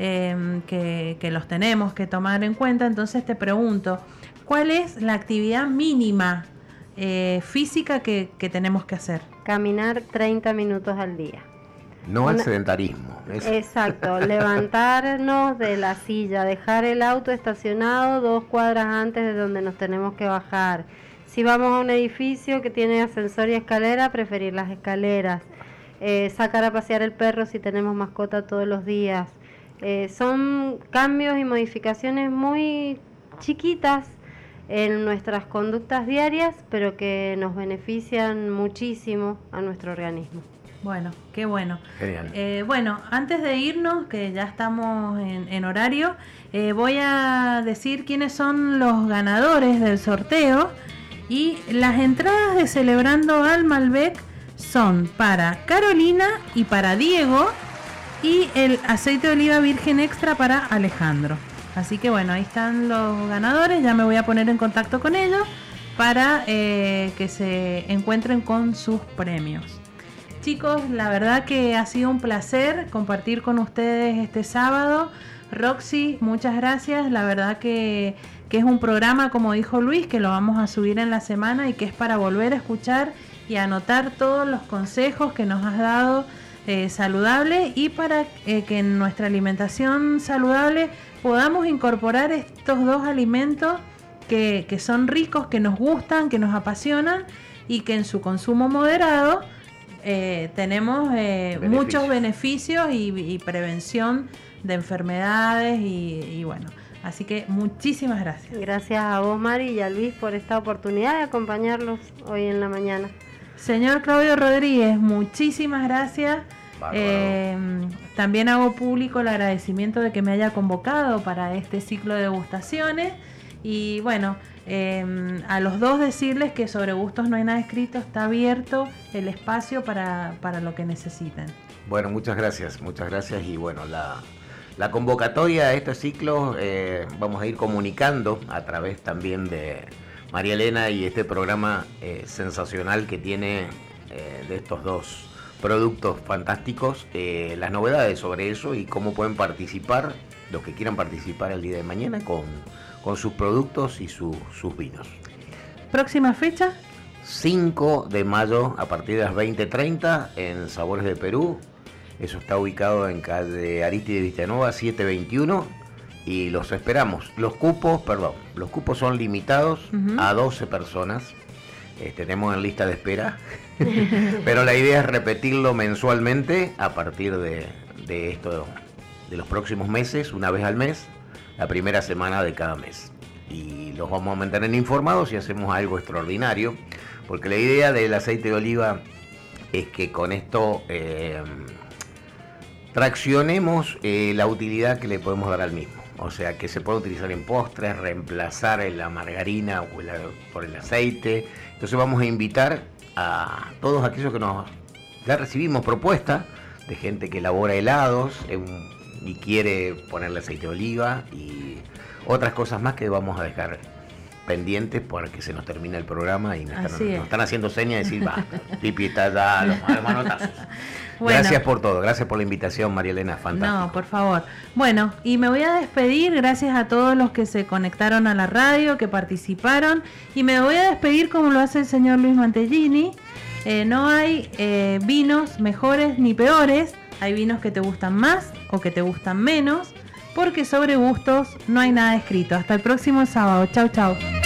eh, que, que los tenemos que tomar en cuenta. Entonces te pregunto, ¿cuál es la actividad mínima eh, física que, que tenemos que hacer? Caminar treinta minutos al día. No Una, al sedentarismo. Eso. Exacto, levantarnos de la silla, dejar el auto estacionado dos cuadras antes de donde nos tenemos que bajar. Si vamos a un edificio que tiene ascensor y escalera, preferir las escaleras. Eh, sacar a pasear el perro si tenemos mascota todos los días. Eh, son cambios y modificaciones muy chiquitas en nuestras conductas diarias, pero que nos benefician muchísimo a nuestro organismo. Bueno, qué bueno. Genial. Eh, bueno, antes de irnos, que ya estamos en, en horario, eh, voy a decir quiénes son los ganadores del sorteo. Y las entradas de Celebrando al Malbec son para Carolina y para Diego, y el aceite de oliva virgen extra para Alejandro. Así que bueno, ahí están los ganadores. Ya me voy a poner en contacto con ellos para eh, que se encuentren con sus premios. Chicos, la verdad que ha sido un placer compartir con ustedes este sábado. Roxy, muchas gracias. La verdad que, que es un programa, como dijo Luis, que lo vamos a subir en la semana y que es para volver a escuchar y anotar todos los consejos que nos has dado eh, saludables, y para eh, que en nuestra alimentación saludable podamos incorporar estos dos alimentos que, que son ricos, que nos gustan, que nos apasionan, y que en su consumo moderado Eh, tenemos eh, beneficios. muchos beneficios y, y prevención de enfermedades y, y bueno, así que muchísimas gracias. Gracias a vos, Mari, y a Luis por esta oportunidad de acompañarlos hoy en la mañana. Señor Claudio Rodríguez, muchísimas gracias. Eh, también hago público el agradecimiento de que me haya convocado para este ciclo de degustaciones. Y bueno, eh, a los dos decirles que sobre gustos no hay nada escrito, está abierto el espacio para, para lo que necesiten. Bueno, muchas gracias, muchas gracias. Y bueno, la, la convocatoria a este ciclo eh, vamos a ir comunicando a través también de María Elena y este programa eh, sensacional que tiene eh, de estos dos productos fantásticos, eh, las novedades sobre eso y cómo pueden participar los que quieran participar el día de mañana con, con sus productos y su, sus vinos. ¿Próxima fecha? cinco de mayo a partir de las veinte treinta en Sabores de Perú. Eso está ubicado en calle Aristide Villanueva setecientos veintiuno y los esperamos. Los cupos, perdón, los cupos son limitados uh-huh. a doce personas. Eh, tenemos en lista de espera, pero la idea es repetirlo mensualmente a partir de, de esto, de los próximos meses, una vez al mes, la primera semana de cada mes. Y los vamos a mantener informados y hacemos algo extraordinario, porque la idea del aceite de oliva es que con esto eh, traccionemos eh, la utilidad que le podemos dar al mismo. O sea, que se puede utilizar en postres, reemplazar la margarina o el, por el aceite. Entonces vamos a invitar a todos aquellos que nos... Ya recibimos propuestas de gente que elabora helados eh, y quiere ponerle aceite de oliva y otras cosas más que vamos a dejar pendientes para que se nos termine el programa y nos, están, nos están haciendo señas de decir, va, pipi está ya, los manotazos. Bueno, gracias por todo, gracias por la invitación, María Elena, fantástico. No, por favor. Bueno, y me voy a despedir, gracias a todos los que se conectaron a la radio, que participaron, y me voy a despedir como lo hace el señor Luis Mantellini. Eh, no hay eh, vinos mejores ni peores, hay vinos que te gustan más o que te gustan menos, porque sobre gustos no hay nada escrito. Hasta el próximo sábado, chau chau.